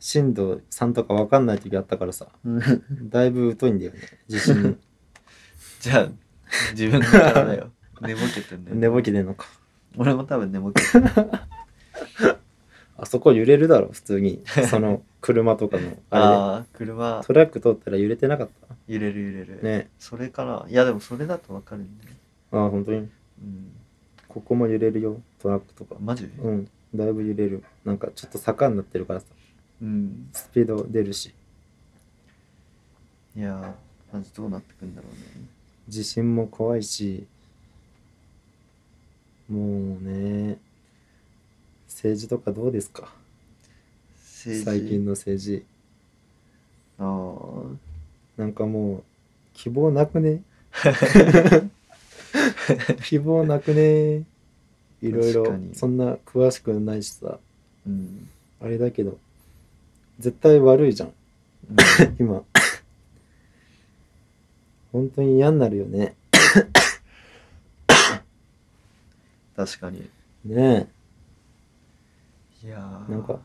Speaker 1: 震度さんとか分かんない時あったからさ、だいぶ疎いんだよね、地震。
Speaker 2: じゃあ自分の体よ。寝ぼけてんだよ、
Speaker 1: 寝ぼけてんのか。
Speaker 2: 俺も多分寝ぼけてる。
Speaker 1: あそこ揺れるだろ、普通に。その車とかの。あ
Speaker 2: ああ、
Speaker 1: れ
Speaker 2: 車
Speaker 1: で。トラック通ったら揺れてなかっ
Speaker 2: 揺れる揺れる。
Speaker 1: たね。
Speaker 2: それかな。いやでもそれだとわかるんだよ。
Speaker 1: ああ、本当に。
Speaker 2: うん。
Speaker 1: ここも揺れるよ、トラックとか。
Speaker 2: マジ？
Speaker 1: うん。だいぶ揺れる。なんかちょっと坂になってるからさ、
Speaker 2: うん。
Speaker 1: スピード出るし。
Speaker 2: いやー、マジどうなってくんだろうね。
Speaker 1: 地震も怖いし、もうね、政治とかどうですか？
Speaker 2: 政治。
Speaker 1: 最近の政治。
Speaker 2: ああ。
Speaker 1: なんかもう、希望なくね希望なくねいろいろ
Speaker 2: 確かに
Speaker 1: そんな詳しくないしさ、
Speaker 2: うん。
Speaker 1: あれだけど絶対悪いじゃん
Speaker 2: うん
Speaker 1: 今本当に嫌になるよね。
Speaker 2: 確かに。
Speaker 1: ね
Speaker 2: いやー。
Speaker 1: え、なんか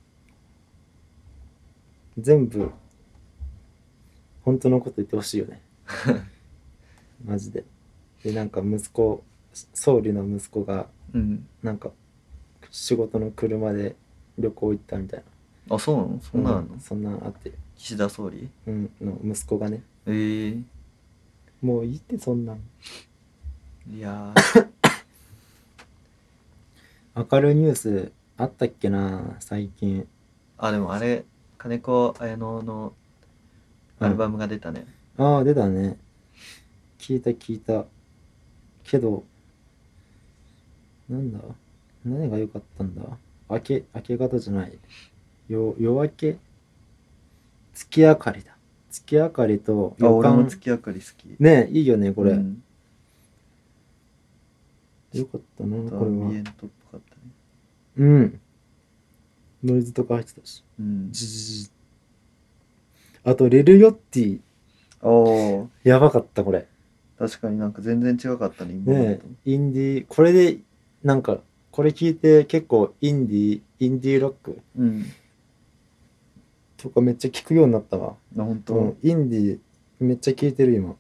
Speaker 1: 全部本当のこと言ってほしいよねマジで。でなんか息子、総理の息子が
Speaker 2: うん。
Speaker 1: なんか仕事の車で旅行行ったみたいな。
Speaker 2: あ、そうなの？そんなのあんの？
Speaker 1: うん、そんなんあって、
Speaker 2: 岸田総理？
Speaker 1: うんの息子がね、
Speaker 2: えー。
Speaker 1: もういいってそんなん。
Speaker 2: いやー。
Speaker 1: 明るいニュースあったっけな最近。
Speaker 2: あ、でもあれ、金子綾乃のアルバムが出たね。
Speaker 1: ああ出たね。聞いた聞いたけど、なんだ何が良かったんだ。明け明け方じゃない、よ夜明け、月明かりだ。月明かりと
Speaker 2: あ、
Speaker 1: 予
Speaker 2: 俺も
Speaker 1: 感。
Speaker 2: 月明かり好き。
Speaker 1: ねえいいよねこれ、
Speaker 2: うん、
Speaker 1: よかったな
Speaker 2: あと
Speaker 1: これは。
Speaker 2: アンビエントっぽかったね。
Speaker 1: うんノイズとか入ってたし、
Speaker 2: うん。
Speaker 1: じじじあとレルヨッティ
Speaker 2: おー、
Speaker 1: やばかったこれ。
Speaker 2: 確かになんか全然違かったね、今まで
Speaker 1: ね
Speaker 2: と。
Speaker 1: えインディーこれでなんかこれ聞いて結構インディーインディーロック
Speaker 2: うん。
Speaker 1: とかめっちゃ聞くようになったわ。
Speaker 2: あ、本当。
Speaker 1: うん、インディーめっちゃ聞いてる今。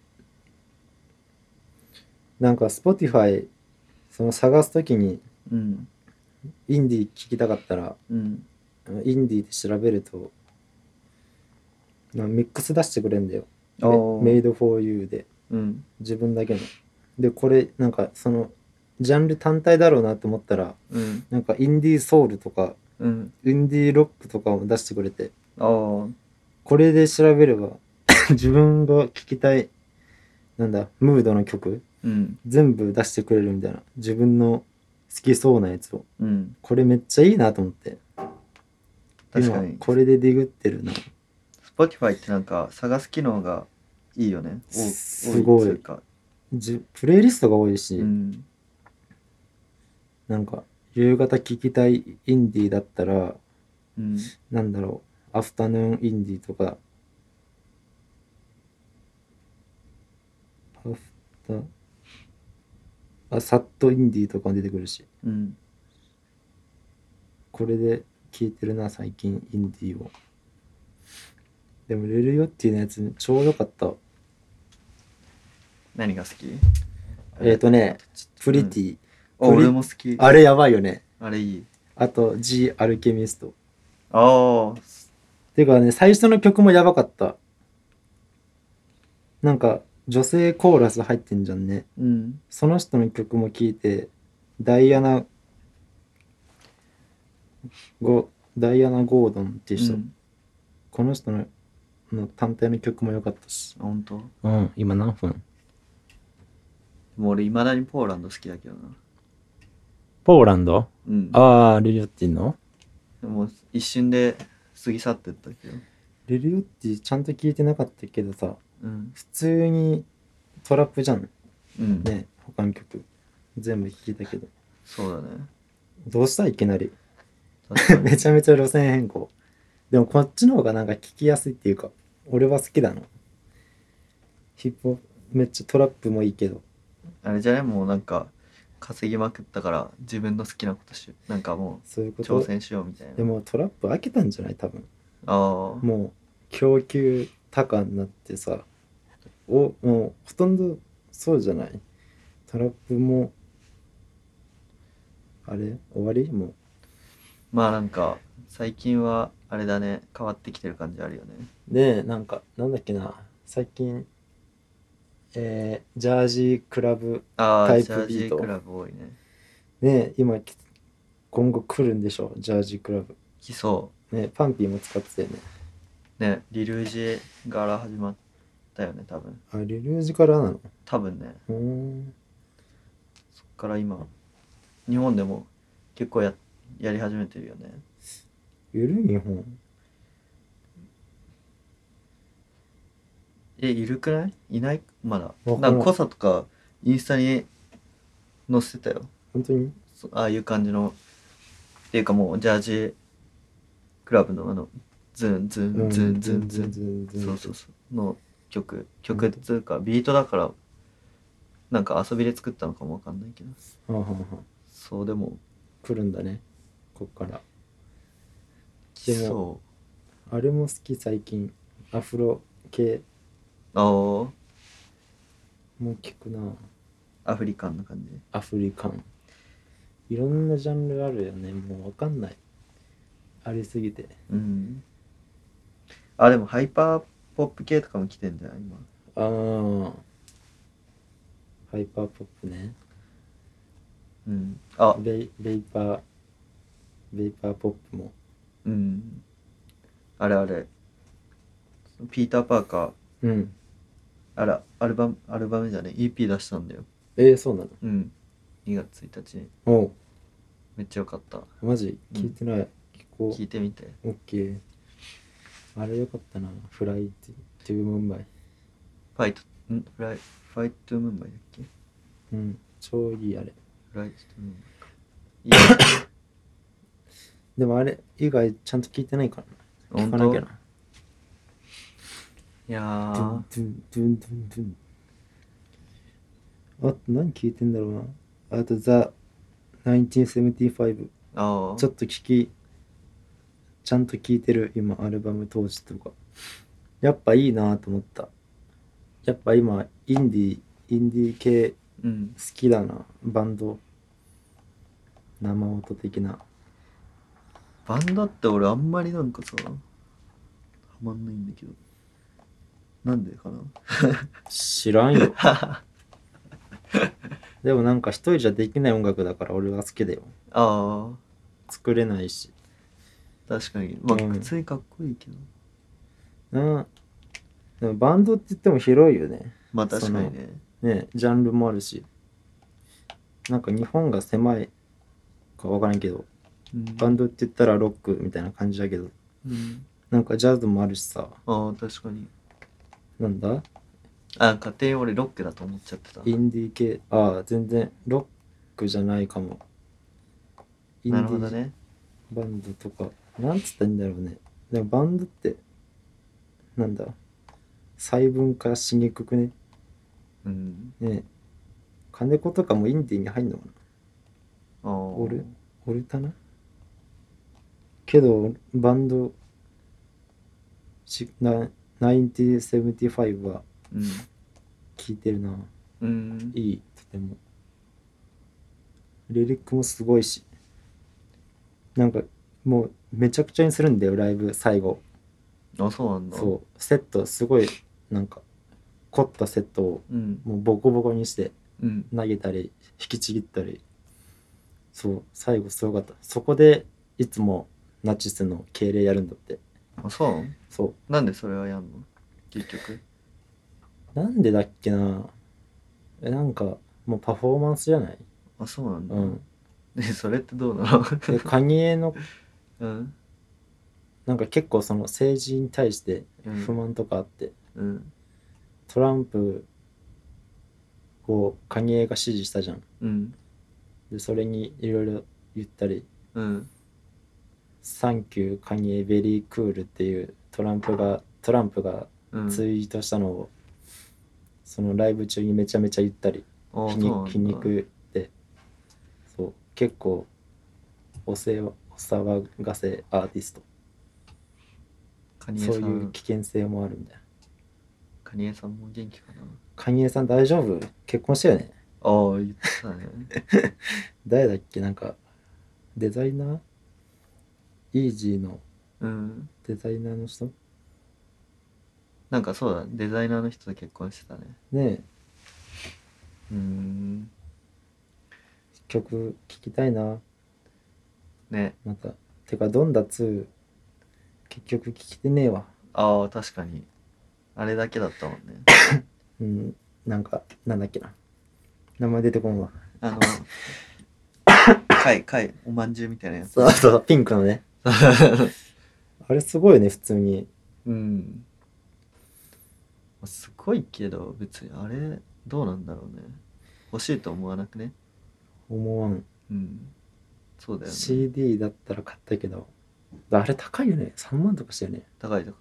Speaker 1: なんか Spotify その探すときに
Speaker 2: うん。
Speaker 1: インディー聞きたかったら
Speaker 2: うん。
Speaker 1: インディーで調べるとなミックス出してくれるんだよ。
Speaker 2: おー
Speaker 1: メイドフォーユーで
Speaker 2: うん。
Speaker 1: 自分だけの。でこれなんかそのジャンル単体だろうなと思ったら
Speaker 2: うん。
Speaker 1: なんかインディーソウルとか
Speaker 2: うん。
Speaker 1: インディーロックとかも出してくれて、
Speaker 2: おー。
Speaker 1: これで調べれば自分が聴きたいなんだムードの曲
Speaker 2: うん。
Speaker 1: 全部出してくれるみたいな、自分の好きそうなやつを。
Speaker 2: うん。
Speaker 1: これめっちゃいいなと思って。
Speaker 2: 確かに
Speaker 1: 今これでディグってるな。
Speaker 2: Spotify ってなんか探す機能がいいよね。お
Speaker 1: すごい
Speaker 2: 多いっつうか。
Speaker 1: じプレイリストが多いし、
Speaker 2: うん。
Speaker 1: なんか夕方聴きたいインディーだったら
Speaker 2: うん。
Speaker 1: なんだろうアフタヌーンインディーとかアフタあサットインディーとかも出てくるし、
Speaker 2: うん。
Speaker 1: これで聴いてるな最近インディーを。でもレルヨッティのやつちょうどよかった。
Speaker 2: 何が好き？
Speaker 1: えっ、ー、とねプリティ、
Speaker 2: うん、あ、俺も好き。
Speaker 1: あれやばいよね。
Speaker 2: あれいい。
Speaker 1: あと G アルケミスト。
Speaker 2: ああ。
Speaker 1: てかね最初の曲もやばかった。なんか女性コーラス入ってんじゃんね。
Speaker 2: うん。
Speaker 1: その人の曲も聴いてダイアナゴダイアナ・ゴードンっていう人、
Speaker 2: うん、
Speaker 1: この人のの単体の曲も良かったし。
Speaker 2: あ、本当？
Speaker 1: うん、今何分？
Speaker 2: もう俺いまだにポーランド好きだけどな。
Speaker 1: ポーランド？
Speaker 2: うん。
Speaker 1: ああ、レリオッティの？
Speaker 2: でも一瞬で過ぎ去ってったけど。
Speaker 1: レリオッティちゃんと聞いてなかったけどさ、
Speaker 2: うん。
Speaker 1: 普通にトラップじゃん。
Speaker 2: うん。
Speaker 1: ね、他の曲全部聞いたけど。
Speaker 2: そうだね。
Speaker 1: どうしたいきなり。
Speaker 2: 確かに。
Speaker 1: めちゃめちゃ路線変更。でもこっちの方がなんか聞きやすいっていうか、俺は好きだな。ヒップホップめっちゃトラップもいいけど。
Speaker 2: あれじゃね、もうなんか稼ぎまくったから自分の好きなことしなんかもう
Speaker 1: そういうこと。
Speaker 2: 挑戦しようみたいな。
Speaker 1: でもトラップ飽きたんじゃない多分。
Speaker 2: ああ。
Speaker 1: もう供給高になってさ、おもうほとんどそうじゃない。トラップもあれ終わりもう。
Speaker 2: まあなんか、最近はあれだね、変わってきてる感じあるよね。
Speaker 1: でなんかなんだっけな、最近えー、ジャージークラブ
Speaker 2: ああ、
Speaker 1: タイ
Speaker 2: ジャージ
Speaker 1: プビート
Speaker 2: ークラブ多いね。
Speaker 1: ね、今き今後来るんでしょジャージークラブ
Speaker 2: 来そ
Speaker 1: ね。パンピーも使ってたよね。
Speaker 2: う。ね、リルージェ柄始まったよね、多分。
Speaker 1: あれルージュからなの。
Speaker 2: 多分ね、
Speaker 1: うーん。
Speaker 2: そっから今、日本でも結構ややり始めてるよね。
Speaker 1: ゆるい日本。
Speaker 2: え、いるくないいないまだ。
Speaker 1: わからん
Speaker 2: なんかコサとかインスタに載せてたよ。
Speaker 1: 本当に。
Speaker 2: そああいう感じの。っていうかもうジャージクラブのあの、ズンズンズンズンズン。
Speaker 1: ンズン
Speaker 2: そうそうそう。の曲。曲っつうか、ビートだから、なんか遊びで作ったのかもわかんないけど。
Speaker 1: はあはあはあ。
Speaker 2: そうでも、
Speaker 1: 来るんだねこっから。
Speaker 2: 来
Speaker 1: でも
Speaker 2: そ
Speaker 1: あれも好き最近。アフロ系
Speaker 2: う。あ
Speaker 1: も聞くな。
Speaker 2: あ、アフリカンな感じ。
Speaker 1: アフリカン。いろんなジャンルあるよね。もうわかんない。ありすぎて。
Speaker 2: うん。あ、でもハイパーポップ系とかも来てんじゃん、今。
Speaker 1: あーハイパーポップね。
Speaker 2: うん。あ、
Speaker 1: ベイベイパーベイパーポップも。
Speaker 2: うん。あれあれ。ピーター・パーカー。
Speaker 1: うん。
Speaker 2: あら、アルバム、アルバムじゃね、イーピー 出したんだよ。
Speaker 1: えー、そうなの。
Speaker 2: うん。にがつついたちに。
Speaker 1: おう
Speaker 2: めっちゃよかった。
Speaker 1: マジ
Speaker 2: うん
Speaker 1: 聞いてない。聞こ
Speaker 2: 聞いてみて。
Speaker 1: う。オッケー。あれよかったな。フライトゥームンバイ。
Speaker 2: ファイト、んフライ、ファイトトゥムンバイだっけ
Speaker 1: うん。超いいあれ。
Speaker 2: フライトトゥムンバイか。いいね。
Speaker 1: でもあれ以外ちゃんと聞いてないからな。聞かなきゃな。
Speaker 2: いや
Speaker 1: ドゥ
Speaker 2: ー
Speaker 1: ン、ドゥンドゥンドゥンドゥン。あと何聞いてんだろうな。あとザ・ナインティーンセブンティーファイブ。
Speaker 2: ああ。
Speaker 1: ちょっと聞き、ちゃんと聞いてる今アルバム当時とか。やっぱいいなと思った。やっぱ今インディー、インディー系好
Speaker 2: うん。
Speaker 1: きだな。バンド。生音的な。
Speaker 2: バンドって俺あんまりなんかさ、ハマんないんだけど。なんでかな
Speaker 1: 知らんよ。でもなんか一人じゃできない音楽だから俺は好きだよ。
Speaker 2: あ
Speaker 1: 作れないし。
Speaker 2: あ、確かに。まあ、
Speaker 1: うん
Speaker 2: 普通にかっこいいけど。
Speaker 1: なでもバンドって言っても広いよね。
Speaker 2: まあ確かにね。
Speaker 1: ね、ジャンルもあるし。なんか日本が狭いかわからんけど、
Speaker 2: うん。
Speaker 1: バンドって言ったらロックみたいな感じだけど、
Speaker 2: うん。
Speaker 1: なんかジャズもあるしさ、
Speaker 2: ああ、確かに。
Speaker 1: なんだ
Speaker 2: あ、勝手に俺ロックだと思っちゃってた。
Speaker 1: インディー系、ああ、全然ロックじゃないかも。イ
Speaker 2: な
Speaker 1: ンディー
Speaker 2: るほどね。
Speaker 1: バンドとか、なんつったらいいんだろうね。でもバンドって、なんだ細分化しにくくね。
Speaker 2: うん。
Speaker 1: ねえ、金子とかもインディーに入んのかな。
Speaker 2: ああ。
Speaker 1: オル、オルタナけど、バンド、しなナインティーセブンティーファイブは
Speaker 2: うん。
Speaker 1: 聴いてるな。
Speaker 2: うん。
Speaker 1: いい、とても。リリックもすごいし。なんか、もうめちゃくちゃにするんだよ、ライブ最後。
Speaker 2: あ、そうなんだ。
Speaker 1: そう、セット、すごい、なんか、凝ったセットを
Speaker 2: う。ん。
Speaker 1: もうボコボコにして
Speaker 2: うん。
Speaker 1: 投げたり、引きちぎったり。そう、最後すごかった。そこでいつもナチスの敬礼やるんだって。
Speaker 2: あ、そう
Speaker 1: そ
Speaker 2: なんでそれはやんの結局。
Speaker 1: う。なんでだっけな。え、なんか、もうパフォーマンスじゃない。
Speaker 2: あ、そうなんだ。
Speaker 1: うん。
Speaker 2: え、それってどうなの
Speaker 1: で、カニエの、
Speaker 2: うん。
Speaker 1: なんか結構その政治に対して
Speaker 2: うん
Speaker 1: 不満とかあって、
Speaker 2: うん。
Speaker 1: トランプをカニエが支持したじゃん。
Speaker 2: うん。
Speaker 1: で、それにいろいろ言ったり、
Speaker 2: うん。
Speaker 1: サンキューカニエベリークールっていうトランプが、トランプが
Speaker 2: うん。
Speaker 1: ツイートしたのを、そのライブ中にめちゃめちゃ言ったり、
Speaker 2: あ、
Speaker 1: 皮肉皮
Speaker 2: そうなんだ。
Speaker 1: 肉で、そう、結構おせお騒がせアーティスト。
Speaker 2: カニエさ
Speaker 1: そういうん危険性もあるみたいな。
Speaker 2: カニエさんも元気かな。
Speaker 1: カニエさん大丈夫？結婚したよね。
Speaker 2: ああ、言ってたね。
Speaker 1: 誰だっけ、なんかデザイナー、イージーの
Speaker 2: うん。
Speaker 1: デザイナーの人
Speaker 2: なんかそうだ、デザイナーの人と結婚してたね。
Speaker 1: ねえ、
Speaker 2: うーん。
Speaker 1: 曲聴きたいな。
Speaker 2: ね。
Speaker 1: また。てか、ドンダツー、結局聴きてねえわ。
Speaker 2: ああ、確かに。あれだけだったもんね。
Speaker 1: うん、なんか、なんだっけな。名前出てこんわ。
Speaker 2: あの、貝、貝、おまんじゅうみたいなやつ。
Speaker 1: そうそう、ピンクのね。あれすごいよね、普通に。
Speaker 2: うん。すごいけど、別にあれ、どうなんだろうね。欲しいと思わなくね。
Speaker 1: 思わん。
Speaker 2: うん。そうだよね。
Speaker 1: シーディー だったら買ったけど、あれ高いよね。さんまんとかしたよね。
Speaker 2: 高い高い。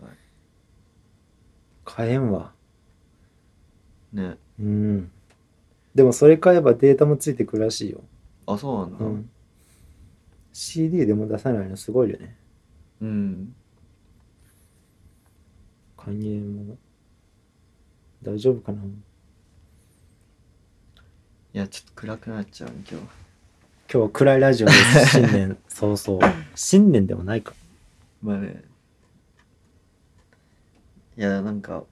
Speaker 1: 買えんわ。
Speaker 2: ね。
Speaker 1: うん。でもそれ買えばデータもついてくるらしいよ。
Speaker 2: あ、そうなんだ。
Speaker 1: うん。シーディー でも出さないのすごいよね。
Speaker 2: うん。
Speaker 1: カニエも大丈夫かな。
Speaker 2: いや、ちょっと暗くなっちゃうね、今日。
Speaker 1: 今日は暗いラジオです。新年早々。新年でもないか。
Speaker 2: まあね。いや、なんか、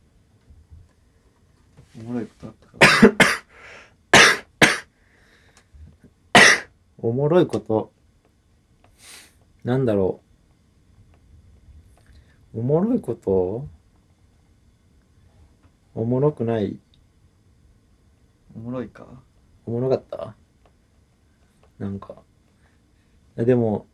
Speaker 2: おもろいことあったか
Speaker 1: おもろいこと。なんだろう。おもろいことおもろくない。
Speaker 2: おもろいか。
Speaker 1: おもろかった。なんか。でも、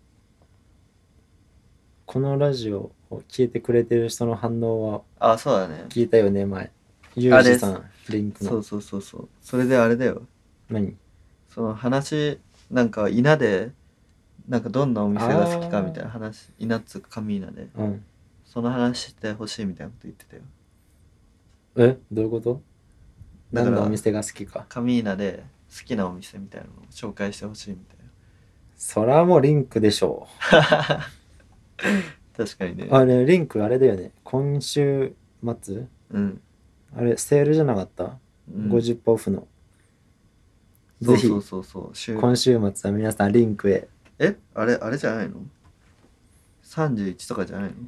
Speaker 1: このラジオを聞いてくれてる人の反応は
Speaker 2: あ、そうだね。
Speaker 1: 聞いたよね、前。ユージさん、リンクの。
Speaker 2: そうそうそうそう。それであれだよ。
Speaker 1: 何？
Speaker 2: その話、なんか稲で、なんかどんなお店が好きかみたいな話、稲っつうかカミーナで、
Speaker 1: うん。
Speaker 2: その話してほしいみたいなこと言ってたよ。
Speaker 1: えどういうこと？
Speaker 2: だから
Speaker 1: 何のお店が好きか。
Speaker 2: カミーナで好きなお店みたいなのを紹介してほしいみたい
Speaker 1: そらもうリンクでしょ
Speaker 2: な。確かにね。
Speaker 1: う。あれ、リンクあれだよね。今週末
Speaker 2: うん。
Speaker 1: あれ、セールじゃなかった、
Speaker 2: うん、
Speaker 1: ごじゅっパーセントオフの。ぜひ
Speaker 2: そうそうそうそう。週
Speaker 1: 今週末は皆さんリンクへ。
Speaker 2: えあれ、あれじゃないの ?さんじゅういち とかじゃないの？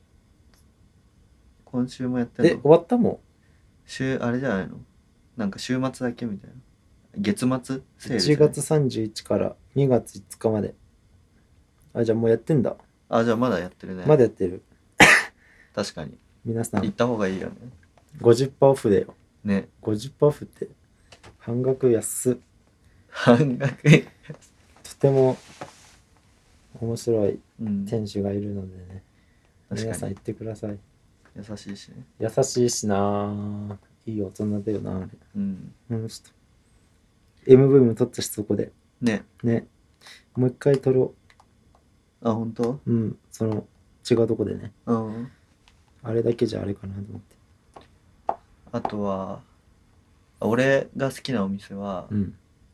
Speaker 2: 今週もやってん
Speaker 1: え、
Speaker 2: の？
Speaker 1: 終わったもん。
Speaker 2: 週、あれじゃないの？なんか週末だけみたいな。月末セールじ
Speaker 1: 1
Speaker 2: ゃない？
Speaker 1: 月さんじゅういちからにがついつかまで。あ、じゃあもうやってんだ。
Speaker 2: あ、じゃあまだやってるね。
Speaker 1: まだやってる。
Speaker 2: 確かに。
Speaker 1: 皆さん
Speaker 2: 行った方がいいよね。
Speaker 1: ごじゅっパーセントオフだよ。
Speaker 2: ね。
Speaker 1: ごじゅっパーセントオフって半額安っ。
Speaker 2: 半額。
Speaker 1: とても面白い
Speaker 2: うん。
Speaker 1: 店主がいるのでね。
Speaker 2: 確かに
Speaker 1: 皆さん行ってください。
Speaker 2: 優しいしね。
Speaker 1: 優しいしなぁ。いい大人だよな、あれ。
Speaker 2: うん。
Speaker 1: うん、ちょっと。エムブイ も撮ったし、そこで。
Speaker 2: ね。
Speaker 1: ね。もう一回撮ろ
Speaker 2: あ、本当？
Speaker 1: う。うん、その、違うとこでね。
Speaker 2: うん。
Speaker 1: あれだけじゃあれかなと思って。
Speaker 2: あとは、俺が好きなお店は、
Speaker 1: うん。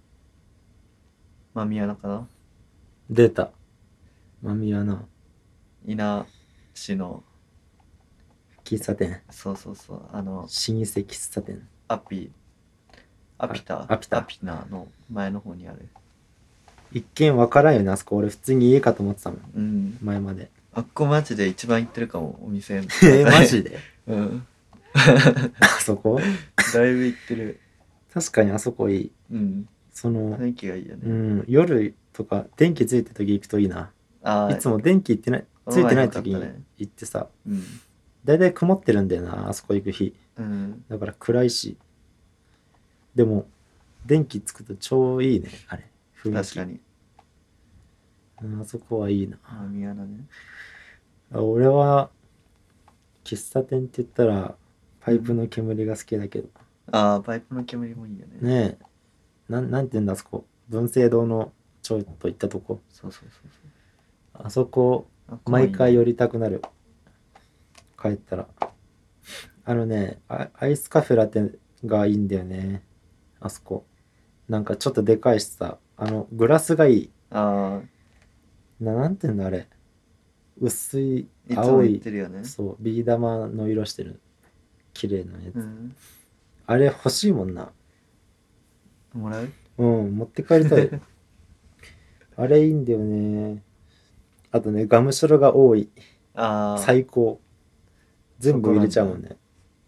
Speaker 2: マミヤナかな。
Speaker 1: 出た。マミヤナ。
Speaker 2: 稲市の、
Speaker 1: 喫茶店。
Speaker 2: そうそうそう、あの、
Speaker 1: 老舗喫茶店。
Speaker 2: アピ、アピタ、
Speaker 1: アピタ
Speaker 2: アピナの前の方にある。
Speaker 1: 一見わからんよね、あそこ。俺普通に家かと思ってたもん。
Speaker 2: うん。
Speaker 1: 前まで。
Speaker 2: あっこマジで一番行ってるかも、お店。
Speaker 1: えー、マジで
Speaker 2: うん。
Speaker 1: あそこ
Speaker 2: だいぶ行ってる。
Speaker 1: 確かにあそこいい。
Speaker 2: うん。
Speaker 1: その、
Speaker 2: 雰囲気がいいよね。
Speaker 1: うん、夜とか電気ついてる時行くといいな。
Speaker 2: ああ、
Speaker 1: いつも電気行ってない、ついてない時に行ってさ、
Speaker 2: うん。
Speaker 1: だいたい曇ってるんだよな、あそこ行く日。
Speaker 2: うん。
Speaker 1: だから暗いし。でも、電気つくと超いいね、あれ。雰囲気。
Speaker 2: 確かに。
Speaker 1: うんあそこはいいな。
Speaker 2: マミヤナね。
Speaker 1: あ俺は、喫茶店って言ったら、パイプの煙が好きだけど。
Speaker 2: ああ、パイプの煙もいいよね。
Speaker 1: ねえ。なん、なんて言うんだ、あそこ。文政堂のちょっと行ったとこ。
Speaker 2: そうそうそう
Speaker 1: あそこ、
Speaker 2: そう。あこもいいね
Speaker 1: 毎回寄りたくなる。帰ったら。あのね、アアイスカフェラテがいいんだよね。あそこ。なんかちょっとでかいしさ、あの、グラスがいい。
Speaker 2: ああ、
Speaker 1: な、なんて言うんだ、あれ。 薄い
Speaker 2: いつも
Speaker 1: 青い
Speaker 2: 言ってるよね。
Speaker 1: そうビー玉の色してる綺麗なやつ、
Speaker 2: うん。
Speaker 1: あれ欲しいもんな。
Speaker 2: もらう？
Speaker 1: うん持って帰りたいあれいいんだよね。あとねガムシロが多い
Speaker 2: ああ。
Speaker 1: 最高。全部入れちゃうもん
Speaker 2: そこ
Speaker 1: ね。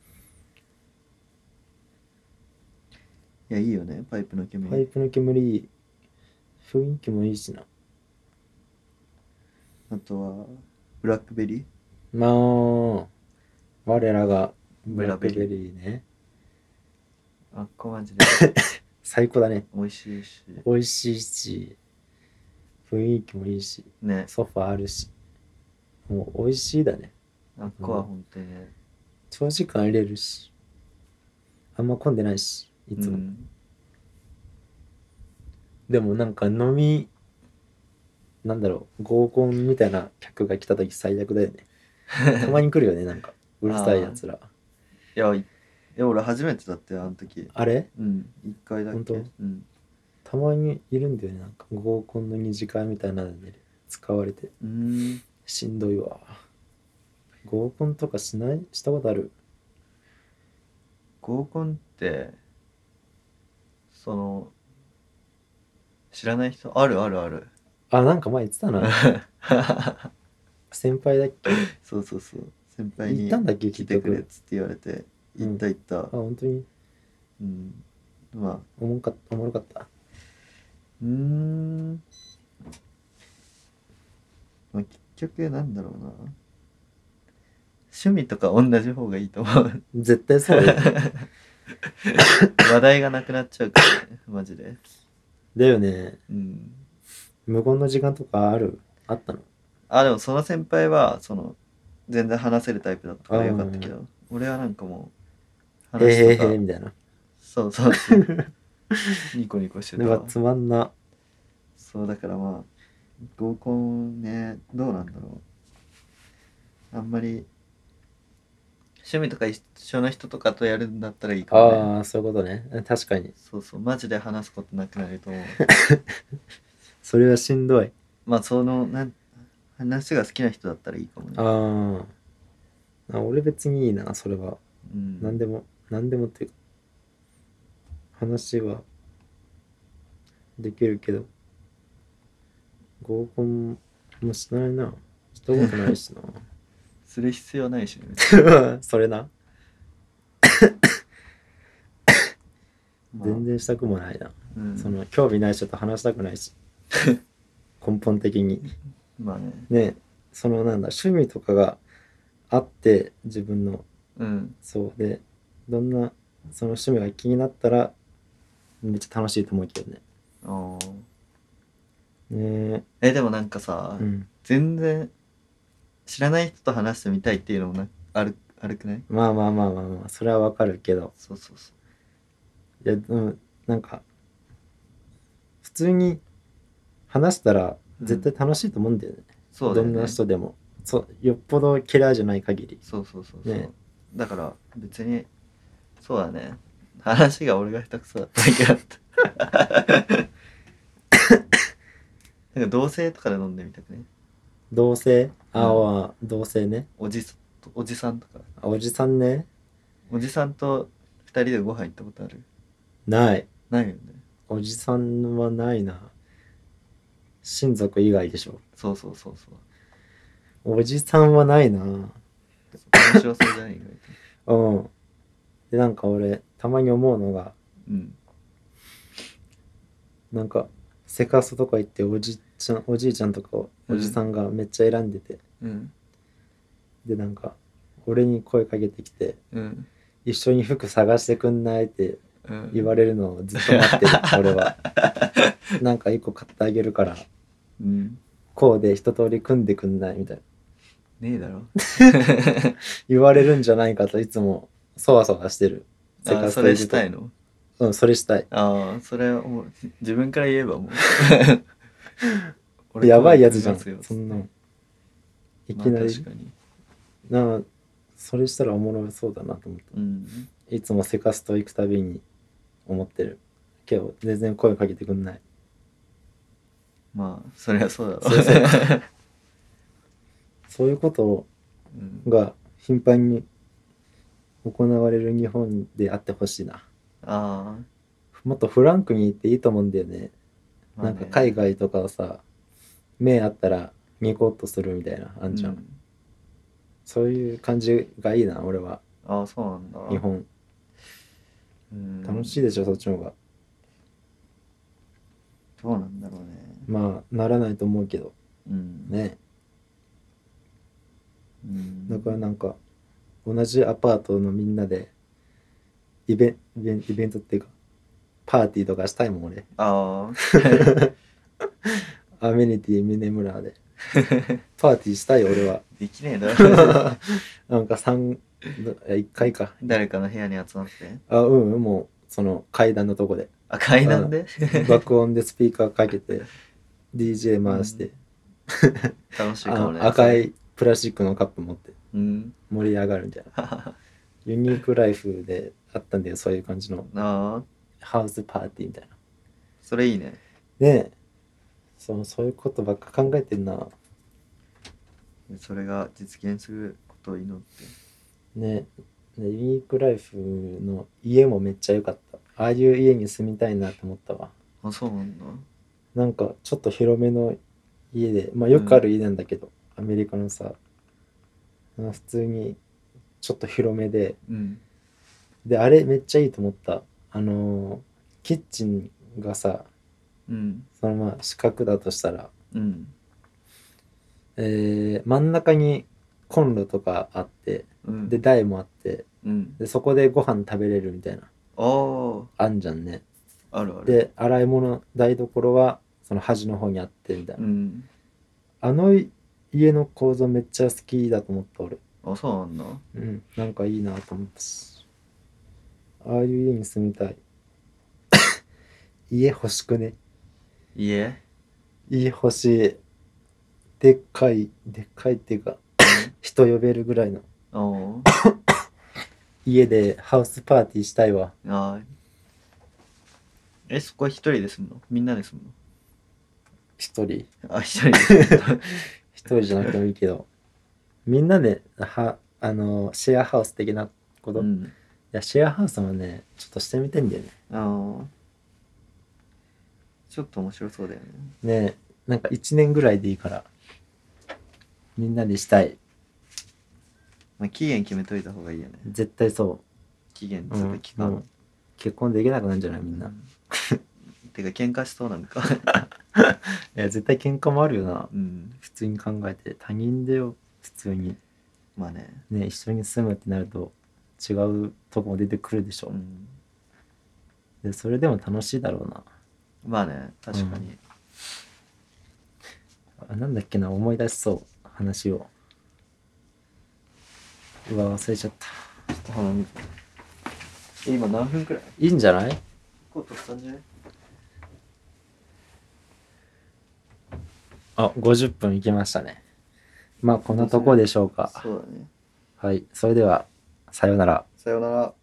Speaker 2: いや、いいよね、パイプの煙。
Speaker 1: パイプの煙いい。雰囲気もいいしな。
Speaker 2: あとは、ブラックベリー。
Speaker 1: まあ我らがブ
Speaker 2: ブラベリー
Speaker 1: ラックベリーね。
Speaker 2: あっこマジで
Speaker 1: 最高だね。
Speaker 2: 美味しいし。
Speaker 1: 美味しいし雰囲気もいいし
Speaker 2: ね。
Speaker 1: ソファあるしもう美味しいだね。
Speaker 2: あっこは本当にね。
Speaker 1: 長時間入れるしあんま混んでないしいつも、
Speaker 2: うん、
Speaker 1: でもなんか飲みなんだろう合コンみたいな客が来た時最悪だよね。たまに来るよねなんかうるさいやつら。
Speaker 2: いや、いいや俺初めてだってあの時。
Speaker 1: あれ
Speaker 2: うん一回だっけ。
Speaker 1: 本当
Speaker 2: うん
Speaker 1: たまにいるんだよねなんか合コンの二次会みたいなので使われて
Speaker 2: うーん
Speaker 1: しんどいわ。合コンとかしないしたことある？
Speaker 2: 合コンってその知らない人あるあるある。
Speaker 1: あなんか前言ってたな先輩だっけ？
Speaker 2: そうそうそう、先輩に
Speaker 1: 行ったんだっけ
Speaker 2: 来てくれっ
Speaker 1: 結局。
Speaker 2: つって言われて
Speaker 1: うん
Speaker 2: 行った行った。
Speaker 1: あ本当に
Speaker 2: うんまあ
Speaker 1: おもんかっおもろかった。
Speaker 2: うーんまあ結局なんだろうな、趣味とか同じ方がいいと思う
Speaker 1: 絶対そうだよね
Speaker 2: 話題がなくなっちゃうからねマジで。
Speaker 1: だよね。
Speaker 2: うん
Speaker 1: 無言の時間とかあるあったの？
Speaker 2: あでもその先輩はその全然話せるタイプだったから
Speaker 1: あー
Speaker 2: よかったけど、俺はなんかもう
Speaker 1: へへへ
Speaker 2: 話とか
Speaker 1: へみたいな。
Speaker 2: そうそうそうニコニコしてたわ。
Speaker 1: うわつまんな。
Speaker 2: そうだからまあ合コンねどうなんだろう、あんまり趣味とか一緒の人とかとやるんだったらいいかもね。
Speaker 1: ああそういうことね。確かに
Speaker 2: そうそうマジで話すことなくなると思う
Speaker 1: それはしんどい。
Speaker 2: まあそのなん話が好きな人だったらいいかもね。
Speaker 1: あーあ俺別にいいなそれは。
Speaker 2: うん
Speaker 1: 何でも何でもっていうか話はできるけど合コンもしないな。したことないしな
Speaker 2: する必要ないしね
Speaker 1: それな。
Speaker 2: まあ
Speaker 1: 全然したくもないな、
Speaker 2: うん
Speaker 1: その興味ない人と話したくないし根本的に
Speaker 2: まあね
Speaker 1: ね。そのなんだ趣味とかがあって自分の
Speaker 2: うん
Speaker 1: そうでどんなその趣味が気になったらめっちゃ楽しいと思うけどね。
Speaker 2: あー
Speaker 1: ね
Speaker 2: えでもなんかさ、
Speaker 1: えうん
Speaker 2: 全然知らない人と話してみたいっていうのもなあるあるくない？
Speaker 1: まあまあまあまあまあそれはわかるけど
Speaker 2: そうそうそ
Speaker 1: いやでもなんか普通に話したら絶対楽しいと思うんだよね、
Speaker 2: うそうだよね。
Speaker 1: どんな人でも。そうよっぽど嫌いじゃない限り。
Speaker 2: そうそうそうそう、
Speaker 1: ね
Speaker 2: だから別にそうだね、話が俺が下手くそだっただけだったなんか同性とかで飲んでみたくね。
Speaker 1: 同性あ
Speaker 2: うん
Speaker 1: あ、同性ね。
Speaker 2: おじおじさんとか
Speaker 1: あおじさんね。
Speaker 2: おじさんと二人でご飯行ったことある？
Speaker 1: ない。
Speaker 2: ないよね。
Speaker 1: おじさんはないな。親族以外でしょ。
Speaker 2: そうそうそうそう
Speaker 1: おじさんはないな。
Speaker 2: 面白そうじゃない意外と。
Speaker 1: うんでなんか俺たまに思うのが
Speaker 2: うん
Speaker 1: なんかセカストとか行っておじちゃんおじいちゃんとかをおじさんがめっちゃ選んでて、
Speaker 2: うん
Speaker 1: でなんか俺に声かけてきて
Speaker 2: うん
Speaker 1: 一緒に服探してくんないって
Speaker 2: うん
Speaker 1: 言われるのをずっと待ってる俺は。なんか一個買ってあげるから
Speaker 2: うん
Speaker 1: こうで一通り組んでくんないみたいな
Speaker 2: ねえだろ
Speaker 1: 言われるんじゃないかといつもそわそわしてる。セ
Speaker 2: あ
Speaker 1: カス
Speaker 2: それ
Speaker 1: ト行くと
Speaker 2: したいの？
Speaker 1: うんそれしたい。
Speaker 2: ああそれはもう自分から言えばもう
Speaker 1: やばいやつじゃん
Speaker 2: 声組みますよ
Speaker 1: そんなんい
Speaker 2: まあ
Speaker 1: きなり、
Speaker 2: 確かに。
Speaker 1: なあそれしたらおもろそうだなと思って
Speaker 2: うん
Speaker 1: いつもセカスト行くたびに思ってるけど全然声かけてくんない。
Speaker 2: まあそりゃそうだろ
Speaker 1: そうそうそういうこと
Speaker 2: うん、
Speaker 1: が頻繁に行われる日本であってほしいな。
Speaker 2: あ
Speaker 1: もっとフランクに言っていいと思うんだよね。
Speaker 2: あ、まあね、
Speaker 1: なんか海外とかはさ、目あったらニコッとするみたいなあんじゃん、
Speaker 2: うん、
Speaker 1: そういう感じがいいな俺は。
Speaker 2: ああ、そうなんだ。
Speaker 1: 日本
Speaker 2: うん、
Speaker 1: 楽しいでしょ、そっちの方が。
Speaker 2: どうなんだろうね。
Speaker 1: まあならないと思うけど
Speaker 2: うん、
Speaker 1: ね。
Speaker 2: うん、
Speaker 1: だからなんか同じアパートのみんなでイベイベンイベントっていうかパーティーとかしたいもん俺。
Speaker 2: あ
Speaker 1: アメニティミネムラーでパーティーしたいよ俺は。
Speaker 2: できねえだろ。
Speaker 1: なんかさんいやいっかいか。
Speaker 2: 誰かの部屋に集まって。
Speaker 1: あうんもうその階段のとこで
Speaker 2: あ、階段で
Speaker 1: 爆音でスピーカーかけて ディージェー 回して、
Speaker 2: 楽しいかもね。
Speaker 1: あ赤いプラスチックのカップ持って
Speaker 2: うん。
Speaker 1: 盛り上がるみたいな。ユニークライフであったんだよそういう感じの
Speaker 2: ああ、
Speaker 1: ハウスパーティーみたいな。
Speaker 2: それいいね。
Speaker 1: ねえ、そうそういうことばっか考えてんな。
Speaker 2: それが実現することを祈って。
Speaker 1: ねえ、ユニークライフの家もめっちゃ良かった。ああいう家に住みたいなって思ったわ。
Speaker 2: あ、そうなんだ。
Speaker 1: なんかちょっと広めの家で、まあよくある家なんだけど、アメリカのさ、まあ普通にちょっと広めで、
Speaker 2: うん。
Speaker 1: で、あれめっちゃいいと思った。あのーキッチンがさ、
Speaker 2: うん。
Speaker 1: そのまま四角だとしたら、
Speaker 2: うん。
Speaker 1: えー真ん中にコンロとかあって、
Speaker 2: うん。
Speaker 1: で、台もあって、
Speaker 2: うん。
Speaker 1: で、そこでご飯食べれるみたいな、
Speaker 2: あ
Speaker 1: あんじゃんね。
Speaker 2: あ、あるある。
Speaker 1: で、洗い物、台所はその端の方にあってみたいな。
Speaker 2: うん。
Speaker 1: あの家の構造めっちゃ好きだと思った俺。
Speaker 2: あ、そうなんだ。
Speaker 1: うん、なんかいいなと思ったし。ああいう家に住みたい。家欲しくね。
Speaker 2: 家
Speaker 1: 家欲しい。でっかい、でっかいっていうか、人呼べるぐらいの
Speaker 2: おー
Speaker 1: 家でハウスパーティーしたいわ。
Speaker 2: あーえ、そこは一人で住むの？みんなで住む
Speaker 1: 一人。
Speaker 2: の？あ、一人で住むの。
Speaker 1: 一人じゃなくてもいいけど。みんなで、は、あの、シェアハウス的なこと、い
Speaker 2: うん。
Speaker 1: や、シェアハウスもね、ちょっとしてみたいんだよね。
Speaker 2: ああ。ちょっと面白そうだよね。
Speaker 1: ねえ、なんか一年ぐらいでいいから、みんなでしたい。
Speaker 2: まあ、期限決めといた方がいいよね。
Speaker 1: 絶対そ
Speaker 2: 期限
Speaker 1: う。
Speaker 2: つ
Speaker 1: うん
Speaker 2: うか期間。
Speaker 1: もう結婚できなくなるんじゃないみんな。い
Speaker 2: うんてか喧嘩しそうなんか。
Speaker 1: や、絶対喧嘩もあるよな。
Speaker 2: うん。
Speaker 1: 普通に考えて。他人だよ、普通に。
Speaker 2: まあね。
Speaker 1: ね、一緒に住むってなると違うとこも出てくるでしょ。
Speaker 2: うん。
Speaker 1: で、それでも楽しいだろうな。
Speaker 2: まあね、確かに。
Speaker 1: あなんだっけな、思い出しそう、話を。うわ、忘れちゃった。
Speaker 2: ちょっと鼻水。え、今何分くらい？
Speaker 1: いいんじゃない？
Speaker 2: こう取ったんじゃない？
Speaker 1: あ、ごじゅっぷんいきましたね。まあ、こんなとこでしょうか。
Speaker 2: そうだね。
Speaker 1: はい、それでは、さようなら。
Speaker 2: さようなら。